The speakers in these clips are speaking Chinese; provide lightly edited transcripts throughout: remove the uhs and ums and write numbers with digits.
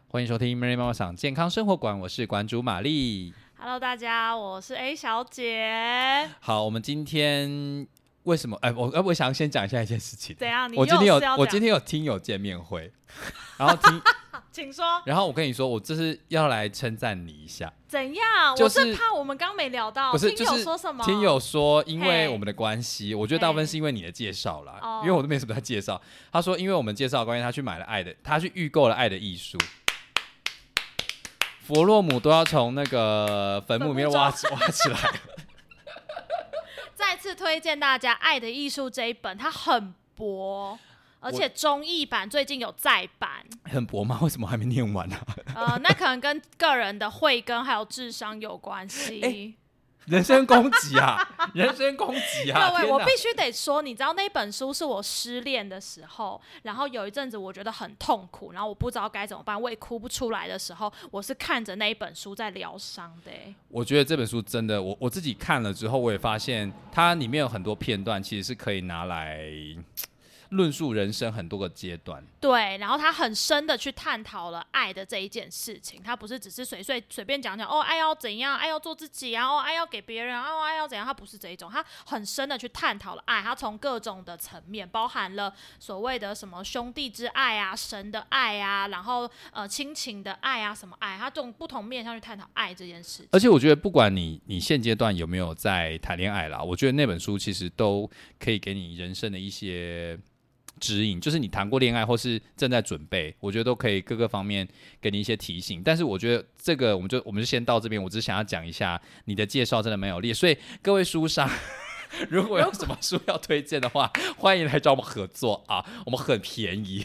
欢迎收听 Mary 妈妈桑健康生活馆，我是馆主玛丽。 Hello， 大家，我是 A 小姐。 好，我们今天为什么？我想先讲一下一件事情。 怎样？ 我今天有听友见面会，然后请说。 然后我跟你说，我这是要来称赞你一下。 怎样？ 就是、 我是怕我们刚没聊到， 不是听友说什么？ 听友说，因为我们的关系，我觉得大部分是因为你的介绍啦，因为我都没什么在介绍。他说，因为我们介绍的关系，他去买了他去预购了《爱的艺术》。佛洛姆都要从那个坟墓里面挖起来。 再次推荐大家《爱的艺术》这一本，它很薄，而且中译版最近有再版。 很薄吗？为什么还没念完啊？ 那可能跟个人的慧根还有智商有关系。 人身攻击啊！人身攻击啊！ 各位，我必须得说，你知道那本书是我失恋的时候，然后有一阵子我觉得很痛苦，然后我不知道该怎么办，我也哭不出来的时候，我是看着那一本书在疗伤的。 我觉得这本书真的，我自己看了之后，我也发现它里面有很多片段，其实是可以拿来论述人生很多个阶段。 对，然后他很深的去探讨了爱的这一件事情，他不是只是随便讲爱要怎样，爱要做自己啊，爱要给别人啊，爱要怎样，他不是这一种，他很深的去探讨了爱，他从各种的层面，包含了所谓的什么兄弟之爱啊，神的爱啊，然后亲情的爱啊，什么爱，他从不同面向去探讨爱这件事情。 而且我觉得不管你现阶段有没有在谈恋爱啦，我觉得那本书其实都可以给你人生的一些指引，就是你谈过恋爱或是正在准备，我觉得都可以各个方面给你一些提醒。但是我觉得这个我们就先到这边，我只想要讲一下你的介绍真的蛮有力，所以各位书商如果有什么书要推荐的话，欢迎来找我们合作啊，我们很便宜。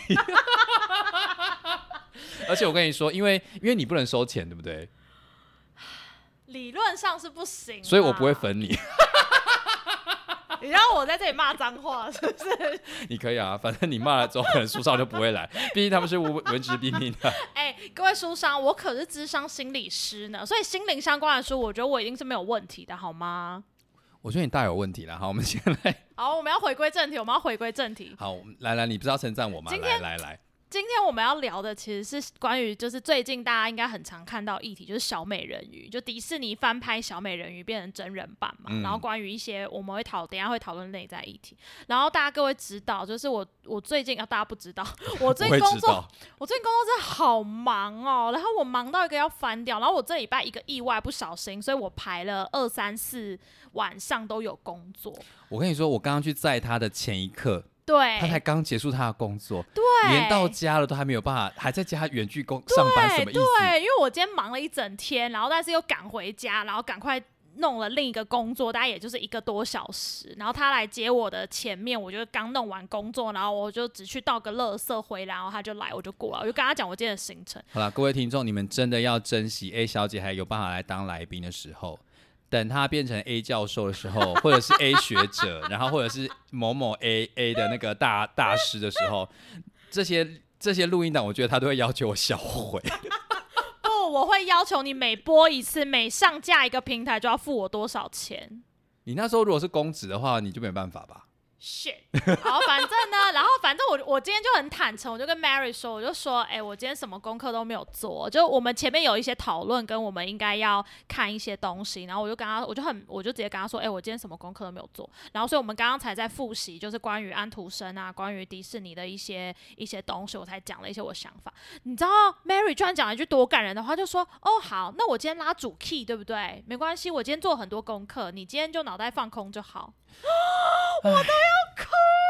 而且我跟你说，因为你不能收钱，对不对？ 理论上是不行， 所以我不会分你。 你让我在这里骂脏话是不是？ 你可以啊，反正你骂了之后，可能书商就不会来，毕竟他们是文质彬彬的。 各位书商，我可是諮商心理师呢，所以心灵相关的书，我觉得我一定是没有问题的，好吗？ 我觉得你大有问题了。好，我们先来。 好，我们要回归正题。 好，来，你不是要称赞我吗？来。 今天我们要聊的其实是关于，就是最近大家应该很常看到议题，就是小美人鱼，就迪士尼翻拍小美人鱼变成真人版嘛。然后关于一些我们等一下会讨论内在议题。然后各位知道，就是我最近大家不知道，我最近工作真的好忙哦。然后我忙到一个要翻掉，然后我这礼拜一个意外不小心，所以我排了2、3、4晚上都有工作。 我跟你说，我刚刚去载他的前一刻。 对， 他才刚结束他的工作， 对， 连到家了都还没有办法，还在家远距上班，什么意思？ 对，因为我今天忙了一整天，然后但是又赶回家，然后赶快弄了另一个工作，大概也就是1个多小时。然后他来接我的前面，我就刚弄完工作，然后我就只去倒个垃圾回来，然后他就来，我就过来，我就跟他讲我今天的行程。 好啦，各位听众，你们真的要珍惜 A 小姐还有办法来当来宾的时候。等他变成 A 教授的时候，或者是 A 学者，然后或者是某某 A 的那个大师的时候，这些录音档，我觉得他都会要求我销毁。 不，我会要求你每播一次，每上架一个平台就要付我多少钱。 你那时候如果是公职的话，你就没办法吧 ？shit， 好，反正呢，然后反正我今天就很坦诚，我就跟 Mary 说，我就说，我今天什么功课都没有做，就我们前面有一些讨论，跟我们应该要看一些东西，然后我就直接跟他说，我今天什么功课都没有做，然后所以我们刚刚才在复习，就是关于安徒生啊，关于迪士尼的一些东西，我才讲了一些我想法。你知道 Mary 居然讲了一句多感人的话，就说，好，那我今天拉主 key 对不对？没关系，我今天做很多功课，你今天就脑袋放空就好。我都要哭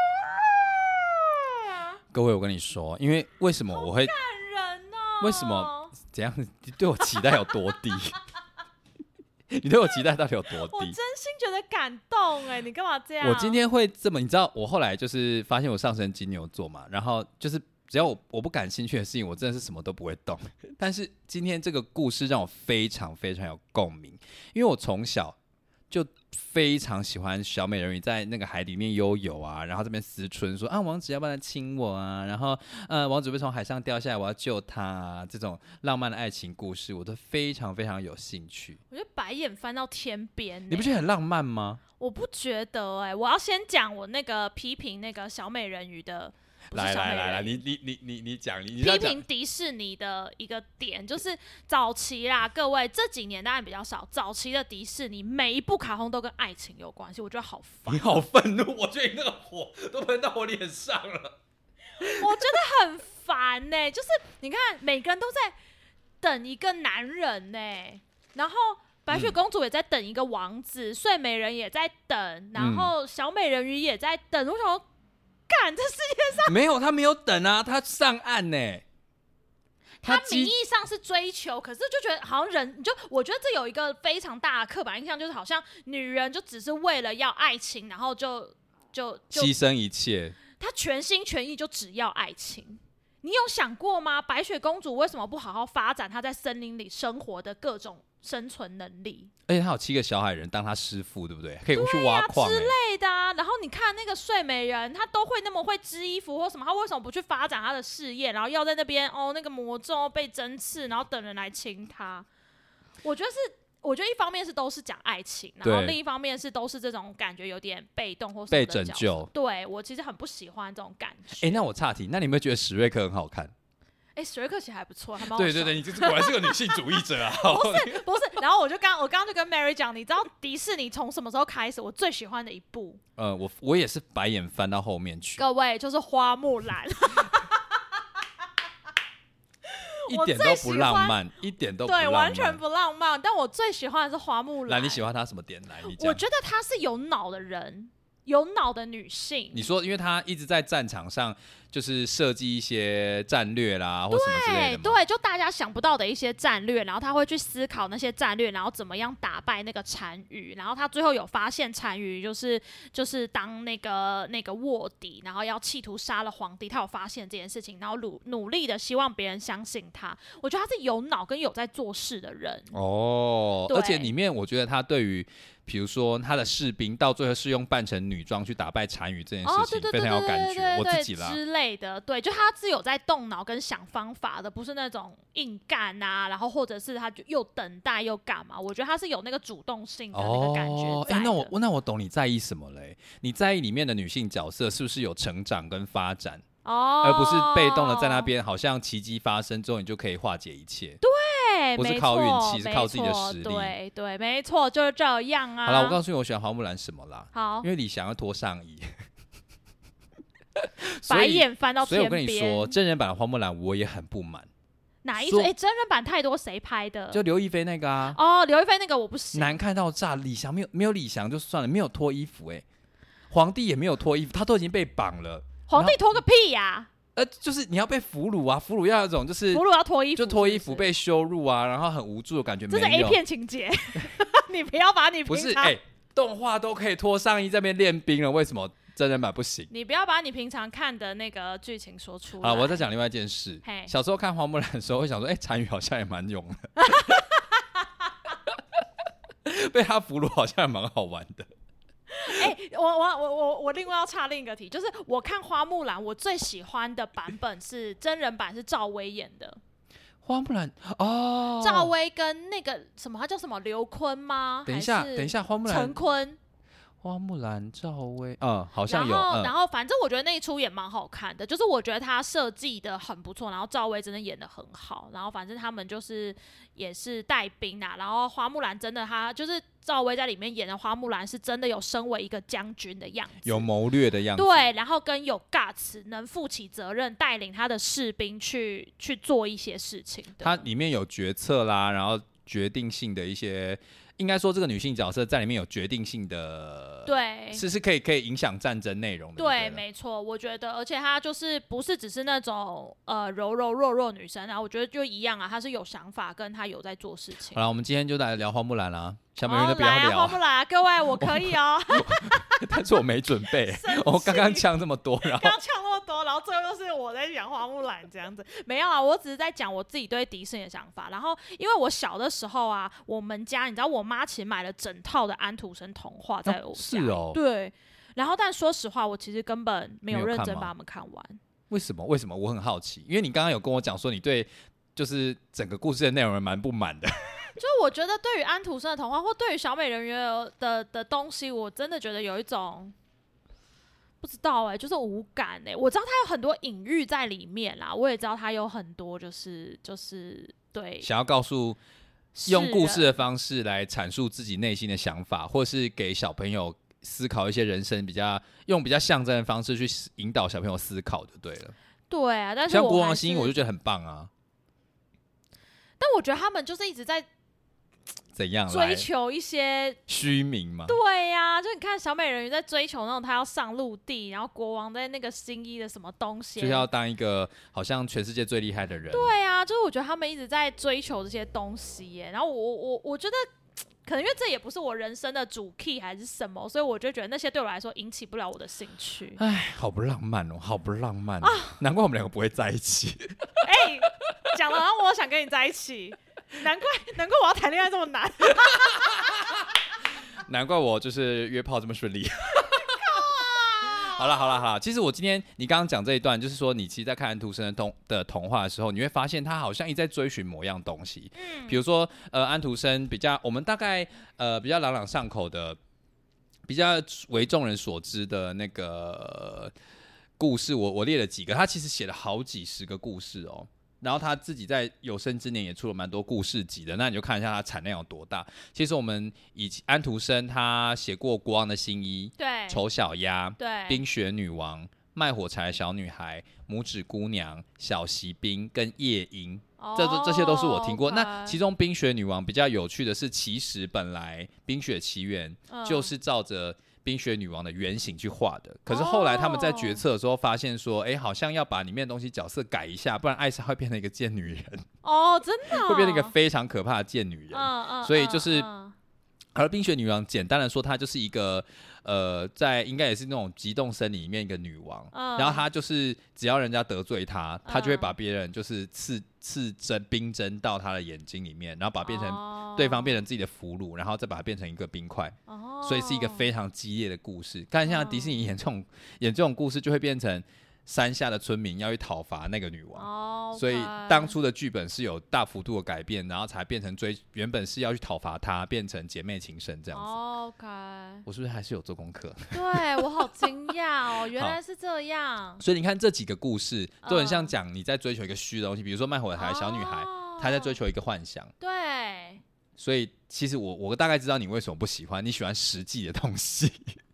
了。 各位，我跟你说，因为为什么我会感人哦？ 为什么怎样？你对我期待有多低？你对我期待到底有多低？ 我真心觉得感动你干嘛这样？ 我今天会这么，你知道，我后来就是发现我上升金牛座嘛，然后就是只要我不感兴趣的事情，我真的是什么都不会动。但是今天这个故事让我非常非常有共鸣，因为我从小就非常喜欢小美人鱼在那个海里面悠游啊，然后这边思春说啊，王子要不要来亲我啊？然后王子会从海上掉下来，我要救他啊！这种浪漫的爱情故事，我都非常非常有兴趣。 我觉得白眼翻到天边， 你不觉得很浪漫吗？ 我不觉得我要先讲我那个批评那个小美人鱼的来，你讲，你批评迪士尼的一个点就是早期啦，各位这几年当然比较少，早期的迪士尼每一部卡通都跟爱情有关系，我觉得好烦。 你好愤怒，我觉得你那个火都喷到我脸上了， 我觉得很烦呢、就是你看每个人都在等一个男人呢、然后白雪公主也在等一个王子，睡美人也在等，然后小美人鱼也在等。我想说，干，这世界上没有，他没有等啊，他上岸呢、 他名义上是追求，可是就觉得好像人，我觉得这有一个非常大的刻板印象，就是好像女人就只是为了要爱情，然后就牺牲一切， 她全心全意就只要爱情。你有想过吗？白雪公主为什么不好好发展她在森林里生活的各种生存能力？ 而且他有7个小矮人当他师傅，对不对？可以去挖矿、 之类的啊。然后你看那个睡美人，她都会那么会织衣服或什么，她为什么不去发展她的事业？然后要在那边那个魔咒被针刺，然后等人来亲她。我觉得一方面是都是讲爱情，然后另一方面是都是这种感觉有点被动或什么被拯救。 对，我其实很不喜欢这种感觉。 那我岔题，那你有没有觉得史瑞克很好看？ 史瑞克其实还不错，还蛮好笑。对，你果然是个女性主义者啊！ 不是，然后我刚刚就跟 Mary 讲，你知道迪士尼从什么时候开始？我最喜欢的一部， 我也是白眼翻到后面去。 各位就是花木兰。 一点都不浪漫，一点都不浪漫， 对，完全不浪漫。但我最喜欢的是花木兰。 来，你喜欢她什么点？来，你讲。 我觉得她是有脑的人，有脑的女性。 你说，因为她一直在战场上，就是设计一些战略啦，或什么之类的吗？ 对，就大家想不到的一些战略，然后她会去思考那些战略，然后怎么样打败那个单于。然后她最后有发现单于就是当那个卧底，然后要企图杀了皇帝。她有发现这件事情，然后努力的希望别人相信她。我觉得她是有脑跟有在做事的人。 而且里面我觉得她对于，比如说她的士兵到最后是用扮成女装去打败单于这件事情，非常有感觉。我自己啦之类的，对，就他是有在动脑跟想方法的，不是那种硬干啊，然后或者是他就又等待又干嘛？我觉得他是有那个主动性的那个感觉在的。 那我懂你在意什么嘞？你在意里面的女性角色是不是有成长跟发展？而不是被动的在那边，好像奇迹发生之后你就可以化解一切。 对， 不是靠运气，是靠自己的实力。对，没错，就是这样啊。 好了，我告诉你，我喜欢花木兰什么啦？ 好， 因为李翔要脱上衣。 白眼翻到天边。 所以我跟你说，真人版的花木兰我也很不满。 哪一出？真人版太多，谁拍的？ 就刘亦菲那个啊。 刘亦菲那个我不行， 难看到炸。李翔没有李翔就算了，没有脱衣服皇帝也没有脱衣服，他都已经被绑了。 皇帝脱个屁呀！ 就是你要被俘虏啊，俘虏要有种就是俘虏要脱衣服， 就脱衣服被羞辱啊，然后很无助的感觉。 这是 A 片情节，你不要把你平常不是动画都可以脱上衣在那边练兵了，为什么真人版不行？ 你不要把你平常看的那个剧情说出来。 好，我再讲另外一件事。小时候看花木兰的时候，会想说，单于好像也蛮勇的，被他俘虏好像也蛮好玩的。 我另外要插另一个题，就是我看花木兰，我最喜欢的版本是真人版，是赵薇演的。 花木兰赵薇跟那个什么，他叫什么刘坤吗？ 等一下，花木兰陈坤。 花木兰赵薇，好像有。 然后反正我觉得那一出也蛮好看的，就是我觉得他设计的很不错，然后赵薇真的演的很好，然后反正他们就是也是带兵啊，然后花木兰真的他就是赵薇在里面演的花木兰是真的有身为一个将军的样子， 有谋略的样子， 对，然后跟有 guts 能负起责任，带领他的士兵去做一些事情的。 他里面有决策啦，然后决定性的一些。应该说，这个女性角色在里面有决定性的， 对， 是可以影响战争内容的。 对，没错，我觉得，而且她就是不是只是那种柔柔弱弱女生啊，我觉得就一样啊，她是有想法，跟她有在做事情。 好了，我们今天就来聊花木兰啦。小美人都不要聊花木兰，各位我可以哦。 但是我没准备，我刚刚呛这么多，然后刚呛那么多，然后最后又是我在讲花木兰这样子，没有啊，我只是在讲我自己对迪士尼的想法。然后因为我小的时候啊，我们家你知道我妈其实买了整套的安徒生童话在我家， 是哦， 对。然后但说实话，我其实根本没有认真把它们看完。 为什么？我很好奇，因为你刚刚有跟我讲说你对就是整个故事的内容蛮不满的。 就是我觉得对于安徒生的童话或对于小美人鱼的东西，我真的觉得有一种不知道就是无感我知道它有很多隐喻在里面啦，我也知道它有很多就是对想要告诉用故事的方式来阐述自己内心的想法，或是给小朋友思考一些人生用比较象征的方式去引导小朋友思考就对了。 对啊，但是像国王的新衣我就觉得很棒啊， 但我觉得他们就是一直在怎样追求一些虚名嘛？ 对呀，就你看小美人鱼在追求那种她要上陆地，然后国王在那个新衣的什么东西， 就是要当一个好像全世界最厉害的人。 对啊，就是我觉得他们一直在追求这些东西耶，然后我觉得可能因为这也不是我人生的主 key 还是什么，所以我就觉得那些对我来说引起不了我的兴趣。 哎，好不浪漫哦，好不浪漫啊！难怪我们两个不会在一起。 讲了，然后我想跟你在一起。难怪我要谈恋爱这么难， 难怪我就是约炮这么顺利。好了，其实我今天你刚刚讲这一段，就是说你其实在看安徒生的童话的时候，你会发现他好像一直在追寻某样东西。比如说安徒生我们大概比较朗朗上口的、比较为众人所知的那个故事，我列了几个，他其实写了好几十个故事哦。然后他自己在有生之年也出了蛮多故事集的，那你就看一下他产量有多大。其实我们安徒生他写过《国王的新衣》、 对， 丑小鸭、 对， 冰雪女王、卖火柴的小女孩、拇指姑娘、小骑兵跟夜莺，这些都是我听过。那其中冰雪女王比较有趣的是，其实本来《冰雪奇缘》就是照着冰雪女王的原型去画的，可是后来他们在决策的时候发现说，好像要把里面的东西角色改一下，不然艾莎会变成一个贱女人。 真的会变成一个非常可怕的贱女人。所以就是而冰雪女王简单的说，她就是一个在应该也是那种极冻森林里面一个女王，然后她就是只要人家得罪她，她就会把别人就是刺针冰针到她的眼睛里面，然后把对方变成自己的俘虏，然后再把它变成一个冰块。所以是一个非常激烈的故事。看像迪士尼演这种故事，就会变成山下的村民要去讨伐那个女王。所以当初的剧本是有大幅度的改变，然后才变成原本是要去讨伐她，变成姐妹情深这样子。我是不是还是有做功课？ 对，我好惊讶哦，原来是这样。 所以你看这几个故事都很像讲你在追求一个虚的东西，比如说卖火柴的小女孩，她在追求一个幻想。 对。 所以其实我大概知道你为什么不喜欢，你喜欢实际的东西。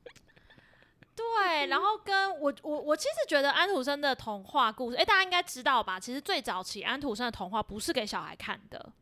对，然后跟我其实觉得安徒生的童话故事，大家应该知道吧？其实最早期安徒生的童话不是给小孩看的。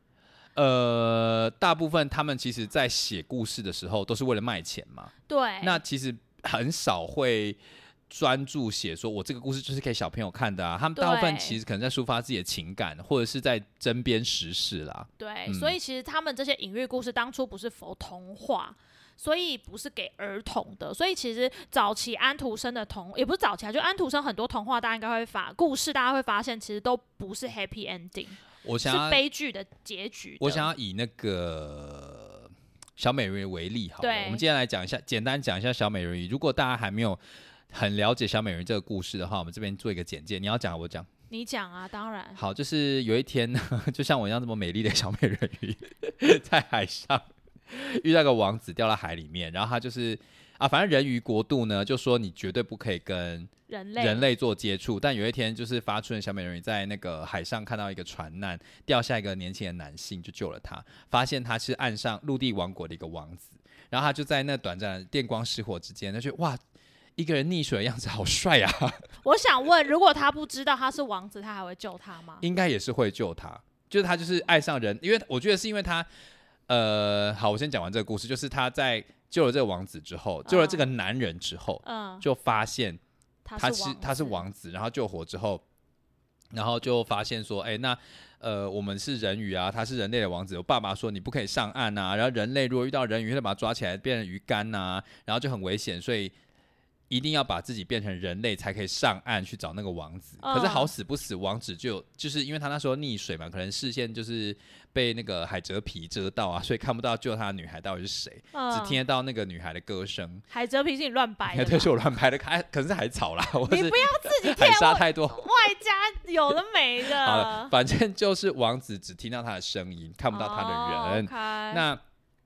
大部分他们其实在写故事的时候都是为了卖钱嘛。 对。 那其实很少会专注写说我这个故事就是给小朋友看的啊，他们大部分其实可能在抒发自己的情感，或者是在针砭时事啦。 对，所以其实他们这些隐喻故事当初不是否童话，所以不是给儿童的。所以其实早期安徒生的也不是早期就安徒生很多童话大家应该会故事大家会发现其实都不是 happy ending， 是悲剧的结局的。 我想要以那个小美人鱼为例好了，我们今天来讲一下，简单讲一下小美人鱼。如果大家还没有很了解小美人鱼这个故事的话，我们这边做一个简介。你要讲我讲？ 你讲啊，当然。 好，就是有一天呢，就像我一样这么美丽的小美人鱼在海上遇到个王子掉到海里面，然后他就是反正人鱼国度呢就说你绝对不可以跟人类做接触，但有一天就是发春的小美人鱼在那个海上看到一个船难，掉下一个年轻的男性，就救了他，发现他是岸上陆地王国的一个王子，然后他就在那短暂的电光石火之间，他就哇，一个人溺水的样子好帅啊！ 我想问，如果他不知道他是王子，他还会救他吗？ 应该也是会救他，就是他就是爱上人，因为我觉得是因为他好，我先讲完这个故事，就是他在救了这个王子之后，救了这个男人之后，就发现他是王子，然后救活之后，然后就发现说，那我们是人鱼啊，他是人类的王子。我爸爸说你不可以上岸啊，然后人类如果遇到人鱼，会把他抓起来变成鱼干啊，然后就很危险，所以一定要把自己变成人类才可以上岸去找那个王子。可是好死不死，王子就是因为他那时候溺水嘛，可能视线就是被那个海蜇皮遮到啊，所以看不到救他的女孩到底是谁，只听得到那个女孩的歌声。 海蜇皮是你乱掰的？ 对，是我乱拍的，可能是海草啦。 你不要自己海沙太多， 外加有的没的。 好了，反正就是王子只听到他的声音，看不到他的人。 Okay. 那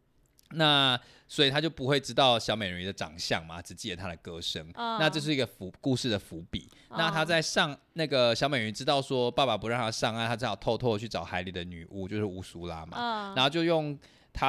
那所以他就不会知道小美人鱼的长相嘛，只记得她的歌声。那这是一个故事的伏笔。那他在那个小美人鱼知道说爸爸不让他上岸，他只好偷偷的去找海里的女巫，就是乌苏拉嘛。然后就用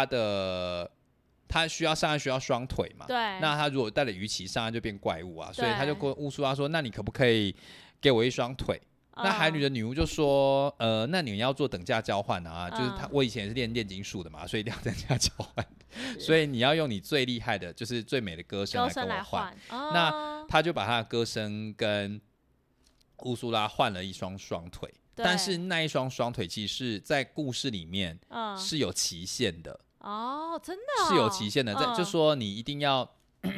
他需要上岸需要双腿嘛。 对。 那他如果带了鱼鳍上岸就变怪物啊，所以他就跟乌苏拉说：“那你可不可以给我一双腿？”那海女的女巫就说：“那你要做等价交换啊，就是我以前也是练炼金术的嘛，所以一定要等价交换。所以你要用你最厉害的，就是最美的歌声来跟我换。那他就把他的歌声跟乌苏拉换了一双双腿，但是那一双双腿其实是在故事里面是有期限的。 真的是有期限的，就说你一定要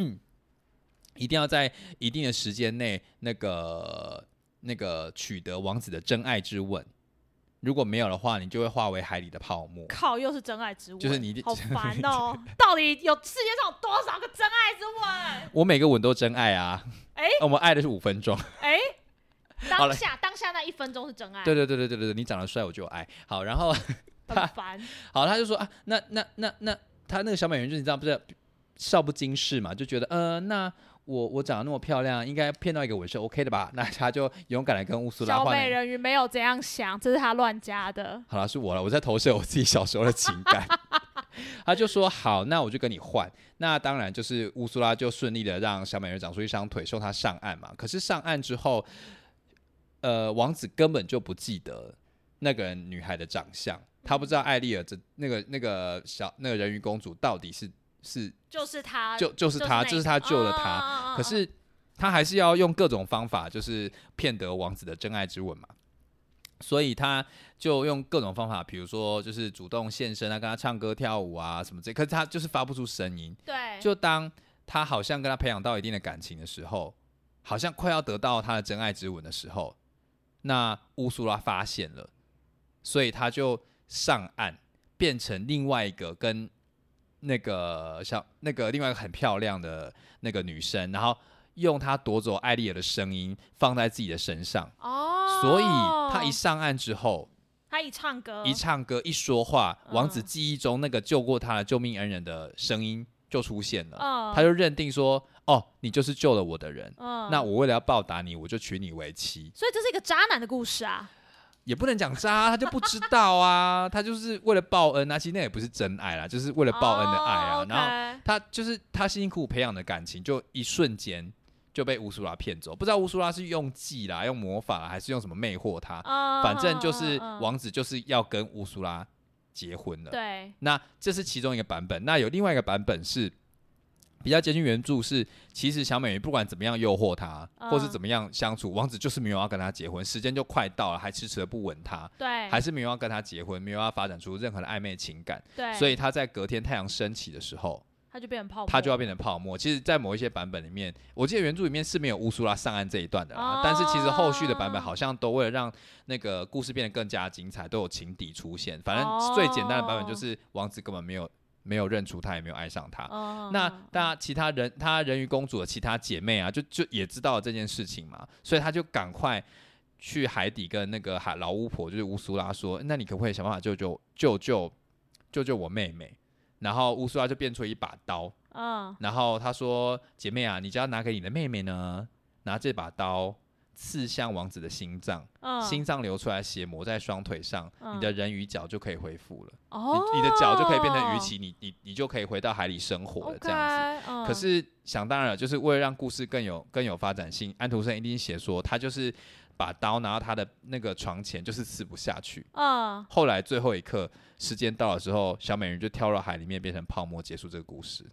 在一定的时间内那个取得王子的真爱之吻，如果没有的话，你就会化为海里的泡沫。 靠，又是真爱之吻， 就是你好烦哦！到底世界上有多少个真爱之吻？ 我每个吻都真爱啊！我们爱的是5分钟。 当下那1分钟是真爱。 对，你长得帅我就爱。好，然后很烦。 好，他就说啊，那他那个小美人鱼，你知道不是少不经事嘛，就觉得那。我长得那么漂亮，应该骗到一个吻是 OK 的吧？那他就勇敢的跟乌苏拉换。 小美人鱼没有这样想，这是他乱加的。 好了，是我了，我在投射我自己小时候的情感。他就说好，那我就跟你换。那当然就是乌苏拉就顺利的让小美人鱼长出一双腿，送她上岸嘛。可是上岸之后，王子根本就不记得那个女孩的长相，他不知道艾丽尔那个人鱼公主到底是就是他， 就是他救了他，可是他还是要用各种方法，就是骗得王子的真爱之吻嘛。所以他就用各种方法，比如说就是主动现身啊，跟他唱歌跳舞啊什么之类，可是他就是发不出声音。 对， 就当他好像跟他培养到一定的感情的时候，好像快要得到他的真爱之吻的时候，那乌苏拉发现了，所以他就上岸，变成另外一个跟那个另外一个很漂亮的那个女生，然后用她夺走艾丽尔的声音放在自己的身上。所以她一上岸之后， 她一唱歌一说话，王子记忆中那个救过他的救命恩人的声音就出现了。他就认定说，你就是救了我的人。那我为了要报答你，我就娶你为妻。 所以这是一个渣男的故事啊。 也不能讲渣，他就不知道啊，他就是为了报恩啊，其实那也不是真爱啦，就是为了报恩的爱啊。然后他辛辛苦苦培养的感情，就一瞬间就被乌苏拉骗走。不知道乌苏拉是用计啦、用魔法啦，还是用什么魅惑他。反正就是王子就是要跟乌苏拉结婚了。 对， 那这是其中一个版本。那有另外一个版本是比较接近原著，是其实小美人鱼不管怎么样诱惑他，或是怎么样相处，王子就是没有要跟他结婚，时间就快到了，还迟迟的不吻他， 对， 还是没有要跟他结婚，没有要发展出任何的暧昧情感， 对， 所以他在隔天太阳升起的时候， 他就变成泡沫， 他就要变成泡沫。其实，在某一些版本里面，我记得原著里面是没有乌苏拉上岸这一段的啦，但是其实后续的版本好像都为了让那个故事变得更加精彩，都有情敌出现。反正最简单的版本就是王子根本没有认出他，也没有爱上他。那当然，他人鱼公主的其他姐妹啊，就也知道了这件事情嘛，所以他就赶快去海底跟那个老巫婆，就是乌苏拉说：“那你可不可以想办法救救我妹妹？”然后乌苏拉就变出一把刀，然后他说：“姐妹啊，你只要拿给你的妹妹呢，拿这把刀刺向王子的心脏，心脏流出来血抹在双腿上，你的人鱼脚就可以恢复了。你的脚就可以变成鱼鳍，你就可以回到海里生活了。这样子。可是想当然了，就是为了让故事更有发展性，安徒生一定写说他就是把刀拿到他的那个床前，就是刺不下去。后来最后一刻，时间到了之后，小美人就跳到海里面变成泡沫，结束这个故事。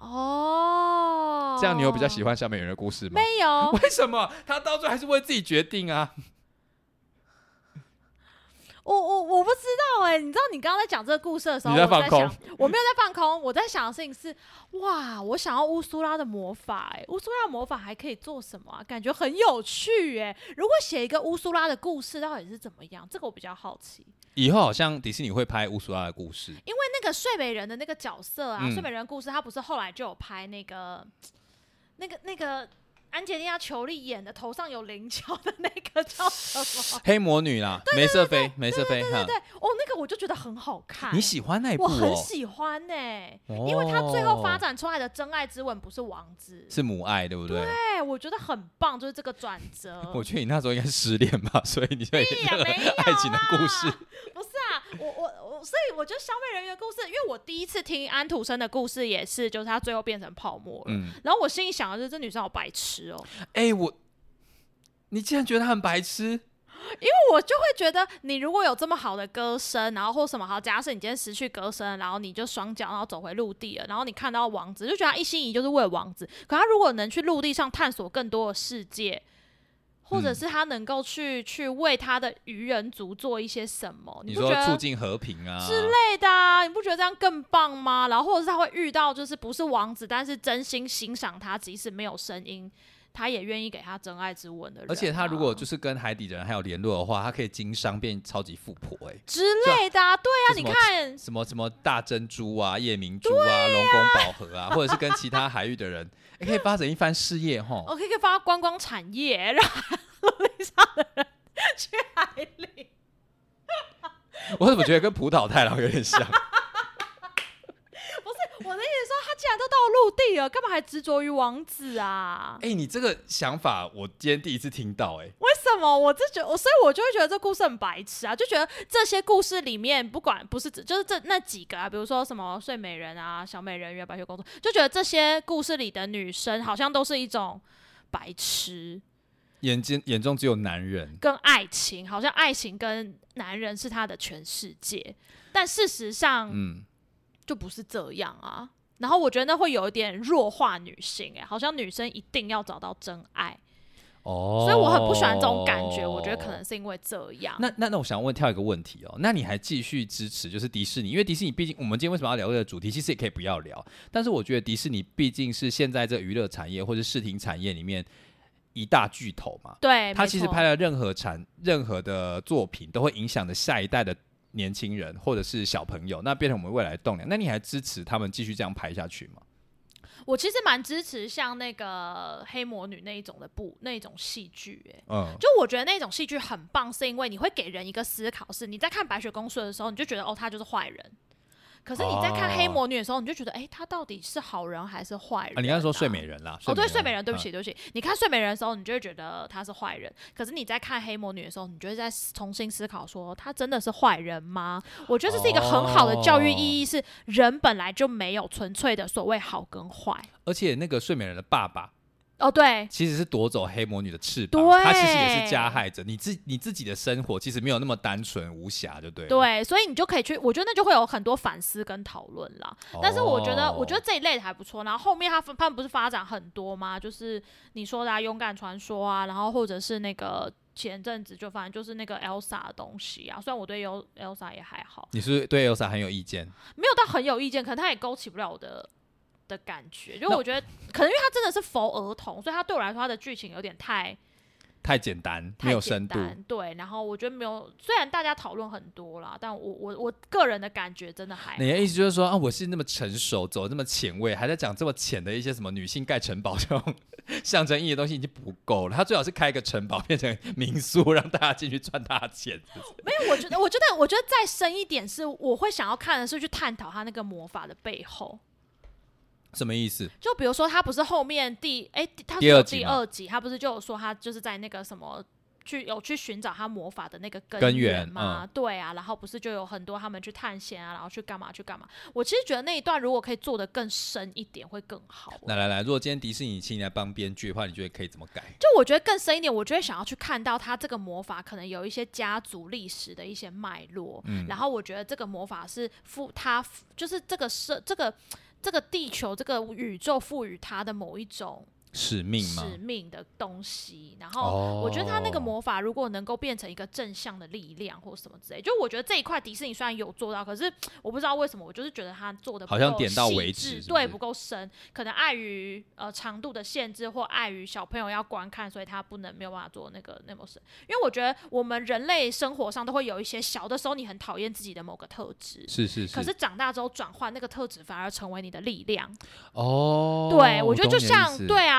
这样你有比较喜欢小美人的故事吗？ 没有。 为什么？他到最后还是为自己决定啊。 我不知道你知道你刚刚在讲这个故事的时候， 你在放空， 我没有在放空，我在想的事情是，哇，我想要乌苏拉的魔法乌苏拉的魔法还可以做什么啊？感觉很有趣如果写一个乌苏拉的故事，到底是怎么样？这个我比较好奇。 以后好像迪士尼会拍乌苏拉的故事， 因为那个睡美人的那个角色啊，睡美人的故事，他不是后来就有拍那个安吉丽娜·裘丽演的头上有菱角的那个叫什么？ 黑魔女啦，梅瑟菲，梅瑟菲， 对，那个我就觉得很好看。 你喜欢那一部我很喜欢因为他最后发展出来的真爱之吻不是王子， 是母爱，对不对？ 对，我觉得很棒，就是这个转折。 我觉得你那时候应该失恋吧，所以你就有爱情的故事。 不是啊，所以我觉得小美人鱼的故事，因为我第一次听安徒生的故事也是，就是他最后变成泡沫了。然后我心里想的就是这女生好白痴哦。 你竟然觉得她很白痴？ 因为我就会觉得，你如果有这么好的歌声，然后或什么好，假设你今天失去歌声，然后你就双脚，然后走回陆地了，然后你看到王子，就觉得他一心一意就是为了王子。可他如果能去陆地上探索更多的世界，或者是他能够去为他的渔人族做一些什么， 你不觉得说促进和平啊之类的啊？你不觉得这样更棒吗？然后或者是他会遇到就是不是王子，但是真心欣赏他，即使没有声音，他也愿意给他真爱之吻的人、 而且他如果就是跟海底的人还有联络的话，他可以经商变超级富婆之类的啊。对啊，你看什么大珍珠啊、夜明珠啊、龙宫宝盒啊，或者是跟其他海域的人可以发展一番事业齁。 可以发观光产业，让陆地上的人去海里。 我怎么觉得跟浦岛太郎有点像？ 不是，我的意思说，他既然都到陆地了，干嘛还执着于王子啊？ 你这个想法我今天第一次听到。 为什么？所以我就会觉得这故事很白痴啊，就觉得这些故事里面，不管不是就是那几个啊，比如说什么睡美人啊、小美人鱼、白雪公主，就觉得这些故事里的女生好像都是一种白痴。 眼中只有男人跟爱情，好像爱情跟男人是他的全世界，但事实上，就不是这样啊。然后我觉得那会有一点弱化女性，好像女生一定要找到真爱。所以我很不喜欢这种感觉。我觉得可能是因为这样。 那我想跳一个问题哦，那你还继续支持就是迪士尼？因为迪士尼毕竟我们今天为什么要聊这个主题，其实也可以不要聊。但是我觉得迪士尼毕竟是现在这个娱乐产业或者视听产业里面一大巨头嘛， 对， 他其实拍了任何的作品，都会影响着下一代的年轻人或者是小朋友，那变成我们未来的栋梁。那你还支持他们继续这样拍下去吗？ 我其实蛮支持像那个黑魔女那一种那一种戏剧，就我觉得那种戏剧很棒，是因为你会给人一个思考，是你在看白雪公主的时候，你就觉得他就是坏人。可是你在看黑魔女的时候，你就觉得，她到底是好人还是坏人？ 你刚才说睡美人啦， 对，睡美人，对不起。你看睡美人的时候，你就会觉得她是坏人。可是你在看黑魔女的时候，你就会再重新思考说，她真的是坏人吗？我觉得这是一个很好的教育意义，是人本来就没有纯粹的所谓好跟坏。 而且那个睡美人的爸爸。 对， 其实是夺走黑魔女的翅膀，他其实也是加害者。你自己的生活其实没有那么单纯无瑕，就对了。 对，所以你就可以去，我觉得那就会有很多反思跟讨论啦。但是我觉得这一类的还不错。然后后面他们不是发展很多吗？就是你说的勇敢传说啊，然后或者是那个前阵子就反正就是那个 Elsa 的东西啊。虽然我对 Elsa 也还好， 你是对 Elsa 很有意见？ 没有到很有意见，可能他也勾起不了我的感觉，就我觉得可能因为他真的是否儿童，所以他对我来说他的剧情有点太简单，没有深度。 对，然后我觉得没有，虽然大家讨论很多啦，但我个人的感觉真的还好。 你的意思就是说我是那么成熟，走这么前卫，还在讲这么浅的一些什么女性盖城堡这种象征意义的东西已经不够了。他最好是开一个城堡变成民宿，让大家进去赚大钱。 没有，我觉得再深一点是，我会想要看的是去探讨他那个魔法的背后。 什么意思？ 就比如说，他不是后面他是有第二集，他不是就有说他就是在那个什么去寻找他魔法的那个根源吗？对啊，然后不是就有很多他们去探险啊，然后去干嘛。我其实觉得那一段如果可以做得更深一点，会更好。 来，如果今天迪士尼请你来帮编剧的话，你觉得可以怎么改？ 就我觉得更深一点，我就会想要去看到他这个魔法可能有一些家族历史的一些脉络，然后我觉得这个魔法是他就是这个地球这个宇宙赋予他的某一种使命的东西，然后我觉得他那个魔法如果能够变成一个正向的力量或什么之类，就我觉得这一块迪士尼虽然有做到，可是我不知道为什么，我就是觉得他做的好像点到为止， 对，不够深，可能碍于长度的限制，或碍于小朋友要观看，所以他没有办法做那么深。因为我觉得我们人类生活上都会有一些小的时候你很讨厌自己的某个特质， 是， 可是长大之后转换那个特质反而成为你的力量。 对， 我觉得就像对啊。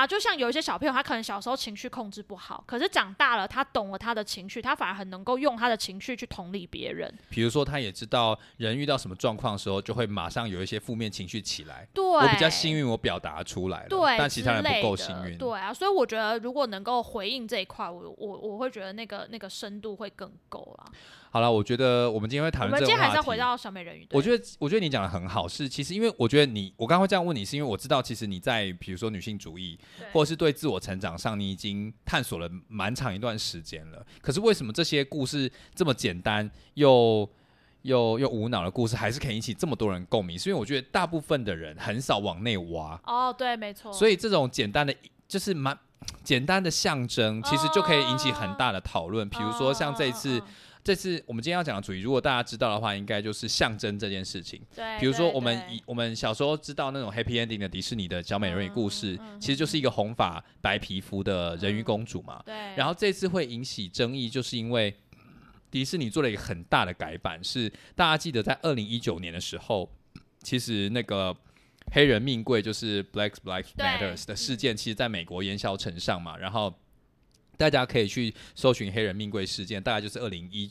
啊，就像有一些小朋友，他可能小时候情绪控制不好，可是长大了，他懂了他的情绪，他反而很能够用他的情绪去同理别人。 比如说，他也知道人遇到什么状况的时候，就会马上有一些负面情绪起来。 对， 我比较幸运，我表达出来了， 对， 但其他人不够幸运。 对啊，所以我觉得如果能够回应这一块，我会觉得那个深度会更够啦。 好了，我觉得我们今天会讨论这个话题。 我们今天还是要回到小美人鱼。 我觉得你讲的很好，是其实因为我觉得我刚刚会这样问你，是因为我知道其实你在比如说女性主义或者是对自我成长上，你已经探索了蛮长一段时间了。可是为什么这些故事这么简单又无脑的故事，还是可以引起这么多人共鸣？是因为我觉得大部分的人很少往内挖。 哦，对，没错。 所以这种简单的，就是蛮简单的象征，其实就可以引起很大的讨论。比如说像这次我们今天要讲的主题，如果大家知道的话，应该就是象征这件事情。 对， 比如说我们小时候知道那种 happy ending 的迪士尼的小美人鱼故事，其实就是一个红发白皮肤的人鱼公主嘛。 对。 然后这次会引起争议，就是因为迪士尼做了一个很大的改版，是大家记得在2019年的时候，其实那个黑人命贵就是 Black Lives Matter 的事件，其实在美国烟消尘上嘛，然后大家可以去搜寻黑人命贵事件，大概就是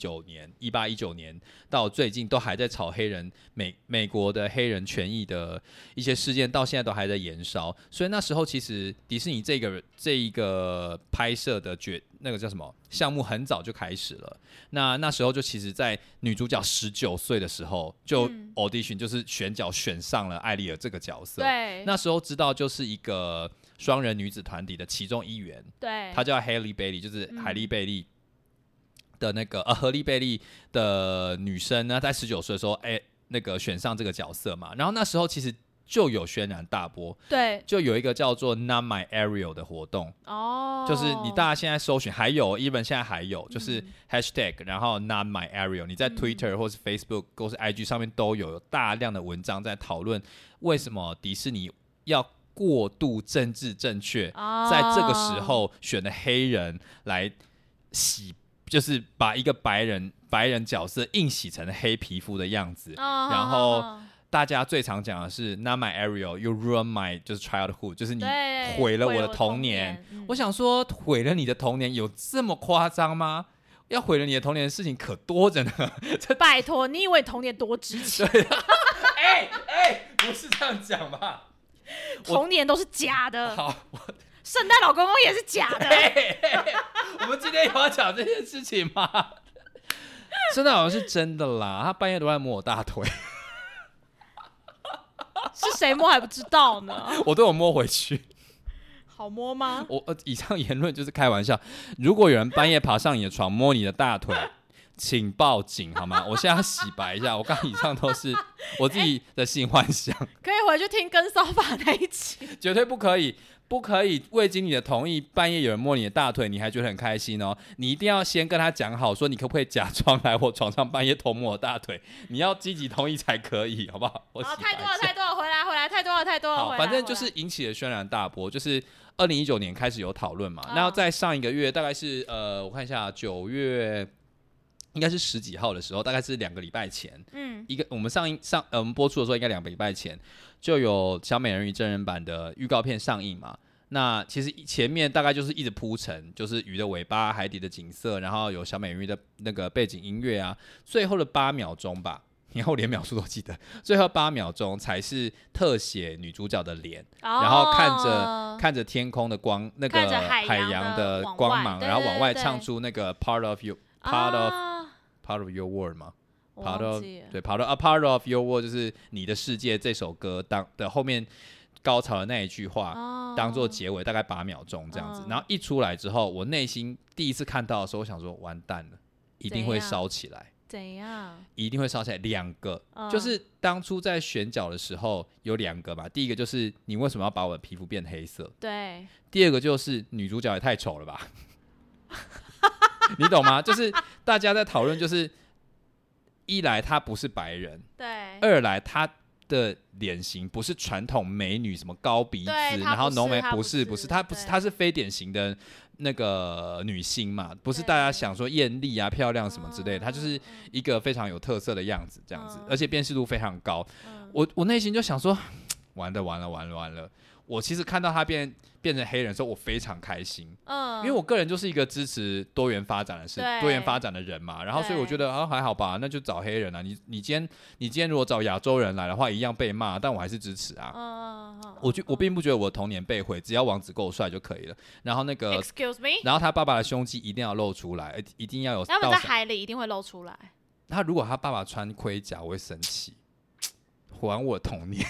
1819年到最近都还在吵美国的黑人权益的一些事件，到现在都还在延烧。所以那时候其实迪士尼这一个拍摄的那个叫什么项目很早就开始了。那时候就其实在女主角19岁的时候就 audition 就是选角选上了艾丽尔这个角色。 对， 那时候知道就是一个双人女子团体的其中一员， 对， 她叫 Halle Bailey， 就是海莉贝利的那个何莉贝利的女生呢，在19岁的时候，那个选上这个角色嘛。然后那时候其实就有轩然大波， 对， 就有一个叫做 Not My Ariel 的活动，就是大家现在搜寻，还有 even 现在还有，就是 hashtag， 然后 Not My Ariel， 你在 Twitter 或是 Facebook 或是 IG 上面都有大量的文章在讨论为什么迪士尼要过度政治正确，在这个时候选的黑人来就是把一个白人角色硬洗成黑皮肤的样子，然后大家最常讲的是 Not my Ariel, you ruin my 就是 childhood， 就是你毁了我的童年。我想说，毁了你的童年有这么夸张吗？要毁了你的童年的事情可多着呢。 拜托，你以为童年多值钱？ 对啊，不是这样讲吧？ 童年都是假的。 好， 圣诞老公公也是假的。 我们今天有要讲这件事情吗？圣诞老公是真的啦，他半夜都在摸我大腿。 是谁摸还不知道呢？ 我都有摸回去。 好摸吗？ 以上言论就是开玩笑。如果有人半夜爬上你的床摸你的大腿，请报警好吗？我现在要洗白一下，我刚刚以上都是我自己的性幻想。 可以回去听跟骚法那一集。 绝对不可以。不可以未经你的同意，半夜有人摸你的大腿，你还觉得很开心哦？你一定要先跟他讲好，说你可不可以假装来我床上半夜偷摸我大腿？你要积极同意才可以，好不好？ 好，太多了，回来，太多了。 好，反正就是引起了轩然大波，就是2019年开始有讨论嘛。那在上一个月，大概是我看一下9月。应该是10几号的时候，大概是2个礼拜前，我们我们播出的时候应该2个礼拜前就有小美人鱼真人版的预告片上映嘛。那其实前面大概就是一直铺陈，就是鱼的尾巴、海底的景色，然后有小美人鱼的那个背景音乐啊，最后的8秒钟吧，你看我连秒数都记得，最后8秒钟才是特写女主角的脸，然后看着天空的光，那个海洋的光芒，然后往外唱出那个 part of your world 吗？ part of your world 就是你的世界这首歌的后面高潮的那一句话，当做结尾，大概8秒钟这样子。然后一出来之后，我内心第一次看到的时候，我想说完蛋了，一定会烧起来。 怎样？ 一定会烧起来。2个，就是当初在选角的时候有2个嘛。第一个就是你为什么要把我的皮肤变黑色？ 对。 第二个就是女主角也太丑了吧。你懂吗？就是大家在讨论，就是一来她不是白人， 对； 二来她的脸型不是传统美女，什么高鼻子，然后浓眉，不是，她是非典型的那个女星嘛，不是大家想说艳丽啊、漂亮什么之类的，她就是一个非常有特色的样子，这样子，而且辨识度非常高。我内心就想说，完了。 我其实看到他变成黑人的时候，我非常开心，因为嗯， 我个人就是一个支持多元发展的人嘛，然后所以我觉得还好吧，那就找黑人啊，你今天如果找亚洲人来的话，一样被骂，但我还是支持啊。我并不觉得我的童年被毁，只要王子够帅就可以了。然后那个 Excuse me， 然后他爸爸的胸肌一定要露出来，一定要有。 他们在海里一定会露出来。 他如果他爸爸穿盔甲，我会生气，还我童年。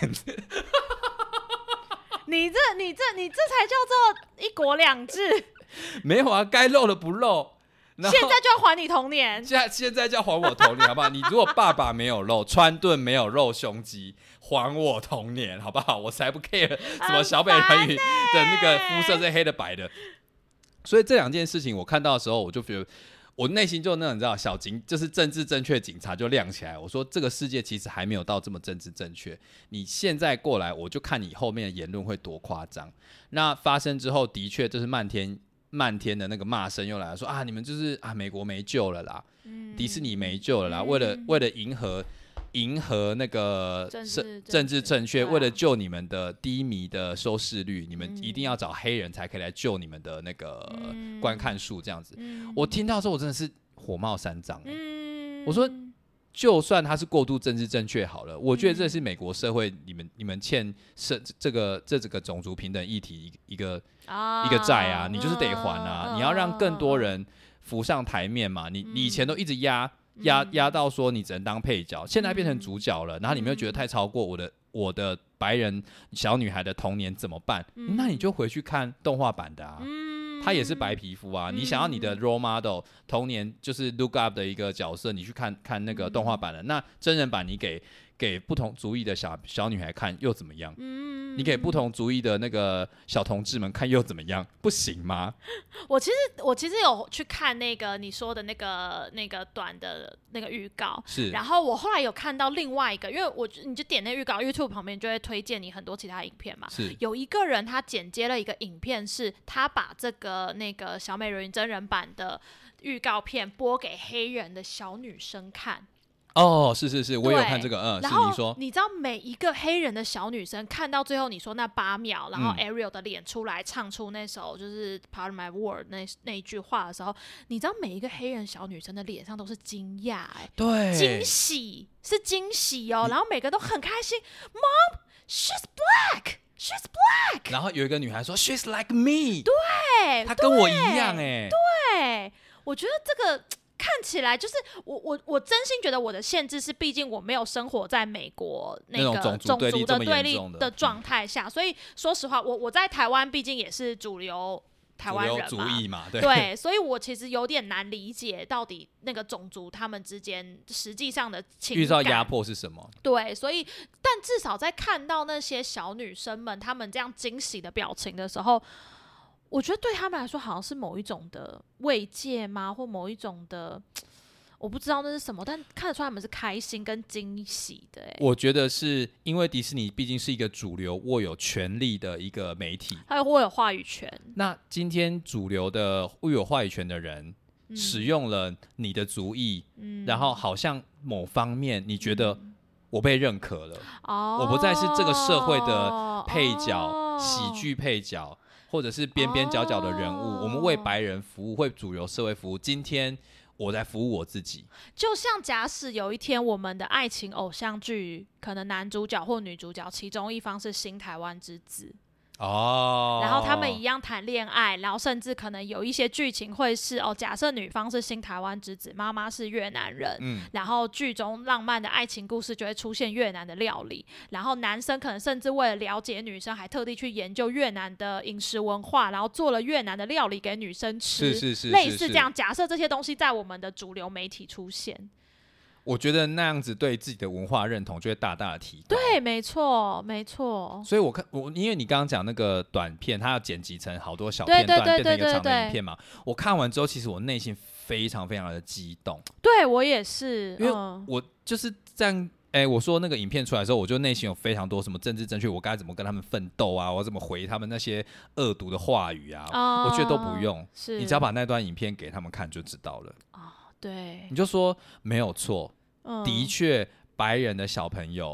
你这才叫做一国两制。 没有啊，该露的不露。 现在就要还你童年。 现在就要还我童年，好不好？你如果爸爸没有露，川顿没有露胸肌，还我童年，好不好？我才不 care 什么小美人鱼的那个肤色是黑的白的。所以这两件事情我看到的时候，我就觉得我内心就那种你知道小警，就是政治正确警察就亮起来。我说这个世界其实还没有到这么政治正确，你现在过来，我就看你后面的言论会多夸张。那发生之后，的确就是漫天的那个骂声又来了，说啊你们就是啊美国没救了啦，迪士尼没救了啦，为了迎合那个政治正确，为了救你们的低迷的收视率，你们一定要找黑人才可以来救你们的那个观看数这样子。我听到的时候，我真的是火冒三丈。我说，就算他是过度政治正确好了，我觉得这是美国社会你们欠这个种族平等议题一个债啊，你就是得还啊，你要让更多人浮上台面嘛。你以前都一直压到说你只能当配角，现在变成主角了，然后你们又觉得太超过我的白人小女孩的童年怎么办？那你就回去看动画版的啊。他也是白皮肤啊，你想要你的 role model 童年就是 look up 的一个角色，你去看那个动画版的，那真人版你给不同族裔的小女孩看又怎么样？你给不同族裔的那个小同志们看又怎么样？不行吗？ 我其实有去看那个你说的那个短的那个预告， 是。 然后我后来有看到另外一个，因为你就点那预告 ，YouTube 旁边就会推荐你很多其他影片嘛。 是。有一个人他剪接了一个影片，是他把那个小美人鱼真人版的预告片播给黑人的小女生看。 哦，是，我也有看这个， 然后你说， 你知道每一个黑人的小女生看到最后你说那8秒，然后 Ariel 的脸出来唱出那首就是 Part of My World 那一句话的时候，你知道每一个黑人小女生的脸上都是惊讶， 对， 惊喜是惊喜哦，然后每个都很开心 ，Mom she's black。She's black， 然后有一个女孩说 She's like me， 对， 她跟我一样哎， 对，我觉得这个看起来就是我真心觉得我的限制是，毕竟我没有生活在美国那个种族的对立的状态下，所以说实话，我在台湾毕竟也是主流台湾人嘛， 对，所以我其实有点难理解到底那个种族他们之间实际上的情感遇到压迫是什么。 对，所以但至少在看到那些小女生们她们这样惊喜的表情的时候，我觉得对他们来说好像是某一种的慰藉吗，或某一种的我不知道那是什么，但看得出他们是开心跟惊喜的。 我觉得是因为迪士尼毕竟是一个主流握有权力的一个媒体， 还有握有话语权。 那今天主流的握有话语权的人使用了你的族裔，然后好像某方面你觉得我被认可了，我不再是这个社会的配角，喜剧配角或者是边边角角的人物，我们为白人服务，为主流社会服务。今天我在服务我自己。 就像假使有一天我们的爱情偶像剧，可能男主角或女主角其中一方是新台湾之子。然后他们一样谈恋爱，然后甚至可能有一些剧情会是假设女方是新台湾之子，妈妈是越南人，然后剧中浪漫的爱情故事就会出现越南的料理，然后男生可能甚至为了了解女生，还特地去研究越南的饮食文化，然后做了越南的料理给女生吃， 是类似这样。假设这些东西在我们的主流媒体出现， 我觉得那样子对自己的文化认同就会大大的提高。 对，没错。 所以因为你刚刚讲那个短片，它要剪辑成好多小片段，变成一个长的影片嘛。我看完之后，其实我内心非常非常的激动。 对，我也是， 因为我就是这样。我说那个影片出来的时候，我就内心有非常多什么政治正确，我该怎么跟他们奋斗啊？我怎么回他们那些恶毒的话语啊？我觉得都不用，你只要把那段影片给他们看就知道了。 对， 你就说没有错，的确白人的小朋友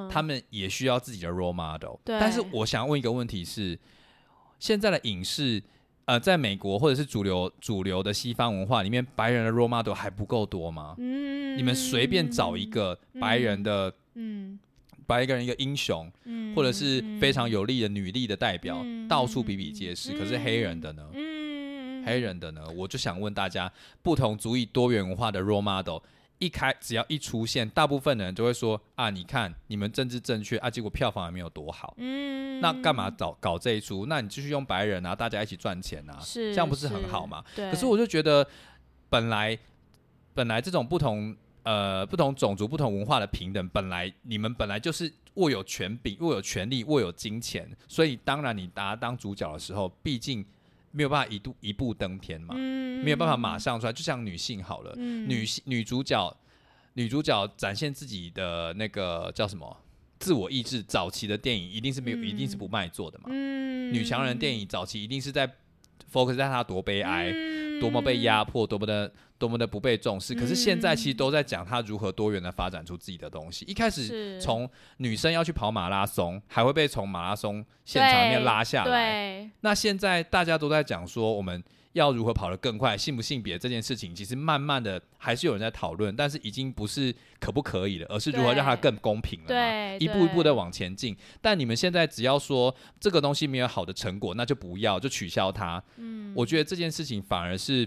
他们也需要自己的 role model。 对。 但是我想问一个问题是，现在的影视，在美国或者是主流的西方文化里面，白人的 role model 还不够多吗？你们随便找一个白人的，白人一个英雄，或者是非常有力的女力的代表，到处比比皆是。可是黑人的呢？黑人的呢？我就想问大家，不同族裔多元文化的 role model，只要一出现，大部分的人就会说啊，你看你们政治正确啊，结果票房也没有多好，那干嘛搞这一出？那你继续用白人啊，大家一起赚钱啊，这样不是很好吗？可是我就觉得，本来这种不同种族、不同文化的平等，你们本来就是握有权柄、握有权力、握有金钱，所以当然你把他当主角的时候，毕竟没有办法一步登天嘛，没有办法马上出来。就像女性好了，女主角展现自己的那个叫什么自我意志，早期的电影一定是不卖座的嘛。女强人电影早期一定是在 focus 在她多悲哀，多么被压迫，多么的不被重视。可是现在其实都在讲她如何多元的发展出自己的东西。一开始从女生要去跑马拉松，还会被从马拉松现场里面拉下来。那现在大家都在讲说我们要如何跑得更快，性不性别这件事情，其实慢慢的还是有人在讨论，但是已经不是可不可以了，而是如何让它更公平了嘛，一步一步的往前进。但你们现在只要说这个东西没有好的成果，那就不要，就取消它。我觉得这件事情反而是，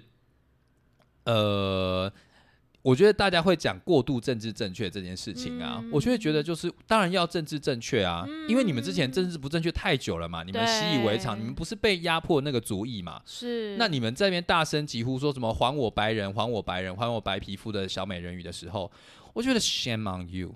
我觉得大家会讲过度政治正确这件事情啊，我就会觉得就是当然要政治正确啊，因为你们之前政治不正确太久了嘛，你们习以为常，你们不是被压迫那个族裔嘛， 是。 那你们这边大声疾呼说什么还我白人，还我白人，还我白皮肤的小美人鱼的时候，我觉得 shame on you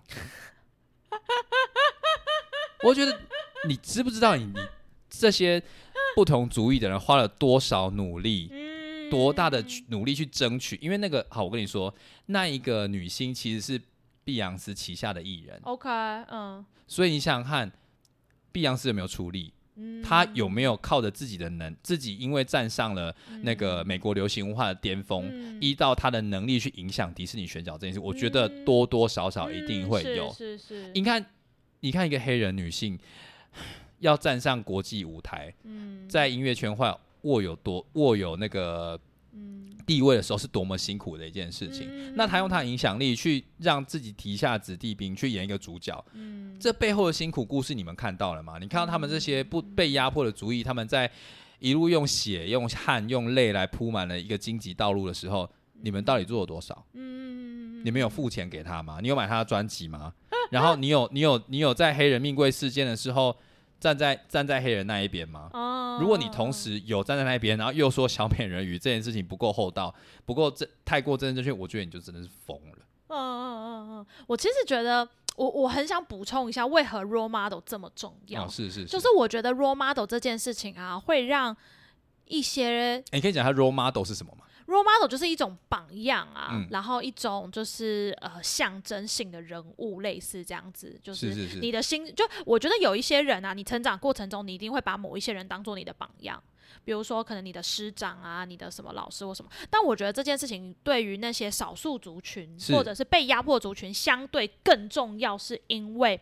我觉得你知不知道你这些不同族裔的人花了多少努力，多大的努力去争取？因为那个好，我跟你说，那一个女星其实是碧昂斯旗下的艺人。 OK， 所以你想想看，碧昂斯有没有出力？她有没有靠着自己因为站上了那个美国流行文化的巅峰，依照她的能力去影响迪士尼选角这件事？我觉得多多少少一定会有。 是。 你看一个黑人女性要站上国际舞台，在音乐圈握有那个地位的时候，是多么辛苦的一件事情。那他用他的影响力去让自己提下子弟兵去演一个主角，这背后的辛苦故事你们看到了吗？你看到他们这些不被压迫的族裔，他们在一路用血、用汗、用泪来铺满了一个荆棘道路的时候，你们到底做了多少？你们有付钱给他吗？你有买他的专辑吗？然后你有在黑人命贵事件的时候站在黑人那一边吗？如果你同时有站在那一边，然后又说小美人鱼这件事情不够厚道，不够太过政治正确，我觉得你就真的是疯了。 我其实觉得我很想补充一下，为何 role model 这么重要？ 是， 就是我觉得 role model 这件事情啊，会让一些你可以讲下 role model 是什么吗 ？role model 就是一种榜样啊，然后一种就是象征性的人物，类似这样子，就是你的心就我觉得有一些人啊，你成长过程中你一定会把某一些人当做你的榜样，比如说可能你的师长啊，你的什么老师或什么。但我觉得这件事情对于那些少数族群或者是被压迫族群相对更重要，是因为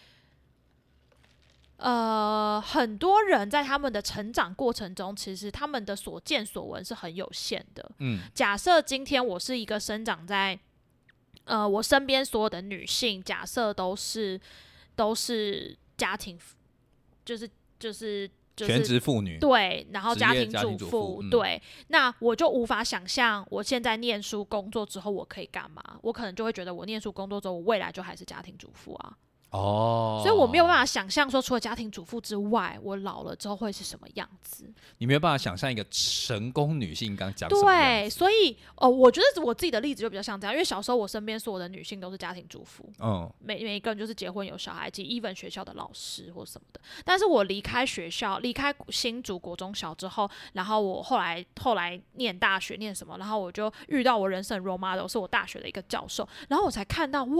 很多人在他们的成长过程中，其实他们的所见所闻是很有限的。假设今天我是一个生长在我身边所有的女性，假设都是家庭，就是全职妇女， 对，然后家庭主妇，对，那我就无法想象我现在念书工作之后我可以干嘛，我可能就会觉得我念书工作之后我未来就还是家庭主妇啊。所以我没有办法想象说除了家庭主妇之外，我老了之后会是什么样子。 你没有办法想象一个成功女性刚讲什么样子。 对，所以我觉得我自己的例子就比较像这样，因为小时候我身边所有的女性都是家庭主妇，每一个人就是结婚有小孩，及 even 学校的老师或什么的。但是我离开学校，离开新竹国中小之后，然后我后来念大学念什么，然后我就遇到我人生 role model 是我大学的一个教授，然后我才看到哇，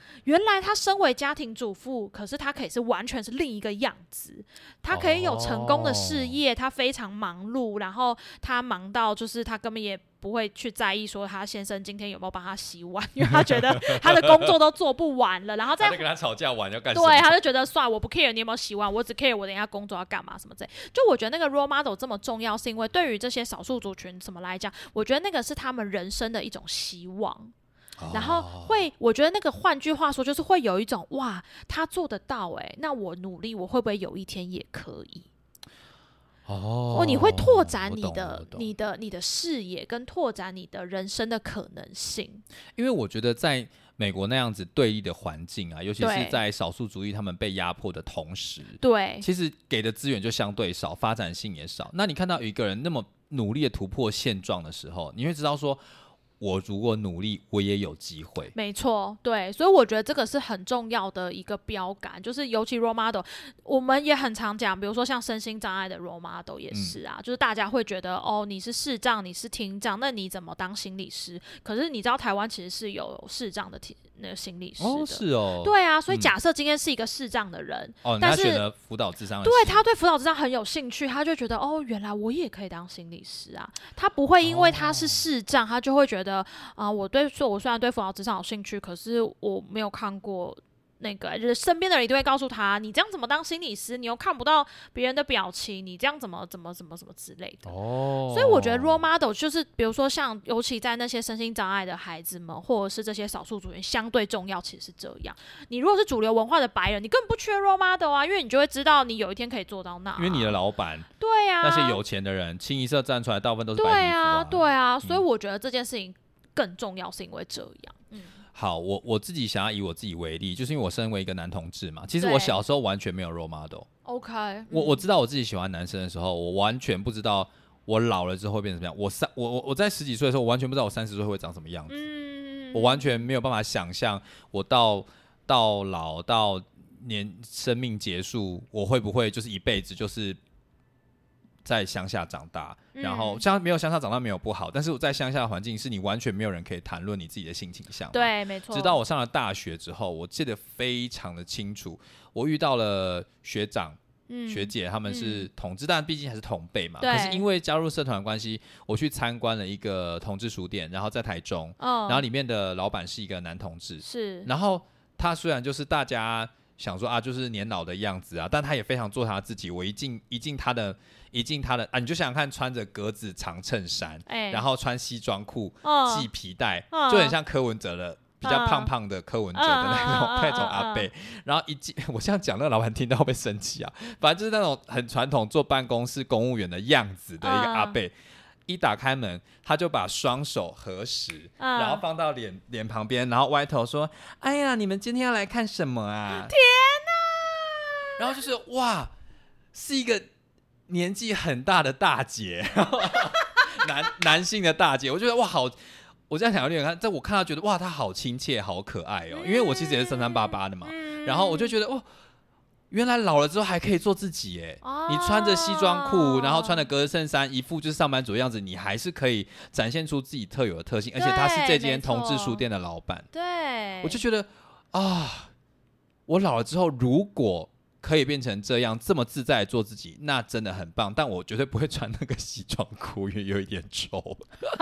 原来她身为家庭主妇，可是她可以是完全是另一个样子，她可以有成功的事业，她非常忙碌，然后她忙到就是她根本也不会去在意说她先生今天有没有帮她洗碗，因为她觉得她的工作都做不完了，然后再跟他吵架完要干什么？ 对，她就觉得算了，我不 care 你有没有洗碗，我只 care 我等一下工作要干嘛什么之类。就我觉得那个 role model 这么重要，是因为对于这些少数族群什么来讲，我觉得那个是他们人生的一种希望。然后我觉得那个换句话说，就是会有一种哇，他做得到那我努力，我会不会有一天也可以？你会拓展你的视野，跟拓展你的人生的可能性。 因为我觉得在美国那样子对立的环境啊，尤其是在少数族裔他们被压迫的同时， 对， 其实给的资源就相对少，发展性也少。那你看到一个人那么努力的突破现状的时候，你会知道说，我如果努力，我也有机会。 没错，对，所以我觉得这个是很重要的一个标杆，就是尤其 role model， 我们也很常讲，比如说像身心障碍的 role model 也是啊，就是大家会觉得你是视障，你是听障，那你怎么当心理师？可是你知道台湾其实是有视障的那个心理师的， 是哦， 对啊，所以假设今天是一个视障的人，但是他选了辅导諮商的， 对，他对辅导諮商很有兴趣，他就觉得原来我也可以当心理师啊，他不会因为他是视障，他就会觉得我虽然对辅导諮商有兴趣，可是我没有看过那个，就是身边的人一定会告诉他，你这样怎么当心理师？你又看不到别人的表情，你这样怎么之类的。所以我觉得 role model 就是比如说像，尤其在那些身心障碍的孩子们，或者是这些少数族群，相对重要，其实是这样。你如果是主流文化的白人，你根本不缺 role model 啊，因为你就会知道你有一天可以做到那。 因为你的老板， 对啊， 那些有钱的人，清一色站出来，大部分都是白皮肤对啊，所以我觉得这件事情更重要，是因为这样。 好，我自己想要以我自己为例，就是因为我身为一个男同志嘛，其实我小时候完全没有 role model。OK，我知道我自己喜欢男生的时候，我完全不知道我老了之后会变成什么样。我在10几岁的时候，我完全不知道我30岁会长什么样子。我完全没有办法想象我到老到生命结束，我会不会就是一辈子就是在乡下长大，然后没有乡下长大没有不好，但是我在乡下的环境是你完全没有人可以谈论你自己的性倾向。 对，没错。 直到我上了大学之后，我记得非常的清楚，我遇到了学长、学姐，他们是同志，但毕竟还是同辈嘛。可是因为加入社团的关系，我去参观了一个同志书店，然后在台中，然后里面的老板是一个男同志，是，然后他虽然就是大家想说就是年老的样子啊，但他也非常做他自己。我一进他的你就想想看，穿着格子长衬衫，然后穿西装裤，系皮带，就很像柯文哲的比较胖胖的柯文哲的那种阿伯。然后我这样讲，那个老板听到会不会生气啊？反正就是那种很传统坐办公室公务员的样子的一个阿伯。一打开门，他就把双手合十，然后放到脸旁边，然后歪头说：“哎呀，你们今天要来看什么啊？” 天哪！ 然后就是哇，是一个年纪很大的大姐，男性的大姐，我觉得哇好。我这样想有点看，在我看到觉得哇，她好亲切，好可爱哦。因为我其实也是3388的嘛，然后我就觉得哇。原来老了之后还可以做自己耶！你穿着西装裤，然后穿着格子衬衫，一副就是上班族的样子，你还是可以展现出自己特有的特性。而且他是这间同志书店的老板， 对， 我就觉得我老了之后如果可以变成这样这么自在的做自己，那真的很棒。但我绝对不会穿那个西装裤，因为有一点丑。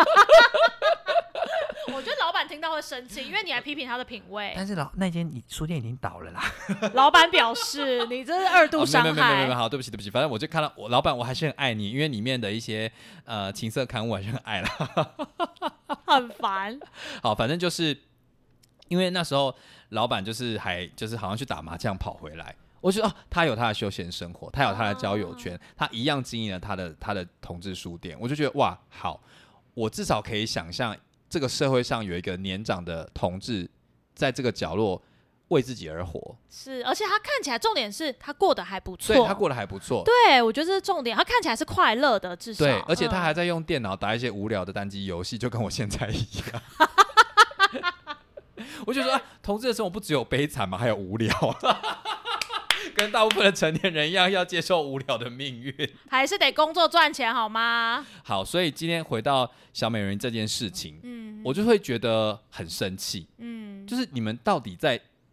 我觉得老板听到会生气，因为你还批评他的品味。 但是那间书店已经倒了啦。 老板表示你这是2度伤害。 没，好，对不起，反正我就看到我老板，我还是很爱你，因为里面的一些情色刊物还是很爱啦。 很烦。 好，反正就是因为那时候老板就是好像去打麻将跑回来。我觉得他有他的休闲生活，他有他的交友圈，他一样经营了他的同志书店。我就觉得哇，好，我至少可以想象这个社会上有一个年长的同志在这个角落为自己而活。 是，而且他看起来重点是他过得还不错。 对，他过得还不错。 对，我觉得这是重点，他看起来是快乐的，至少。 对，而且他还在用电脑打一些无聊的单机游戏，就跟我现在一样。我就说同志的生活不只有悲惨嘛，还有无聊。跟大部分的成年人一样，要接受无聊的命运， 还是得工作赚钱，好吗？ 好，所以今天回到小美人这件事情，我就会觉得很生气。就是你们到底在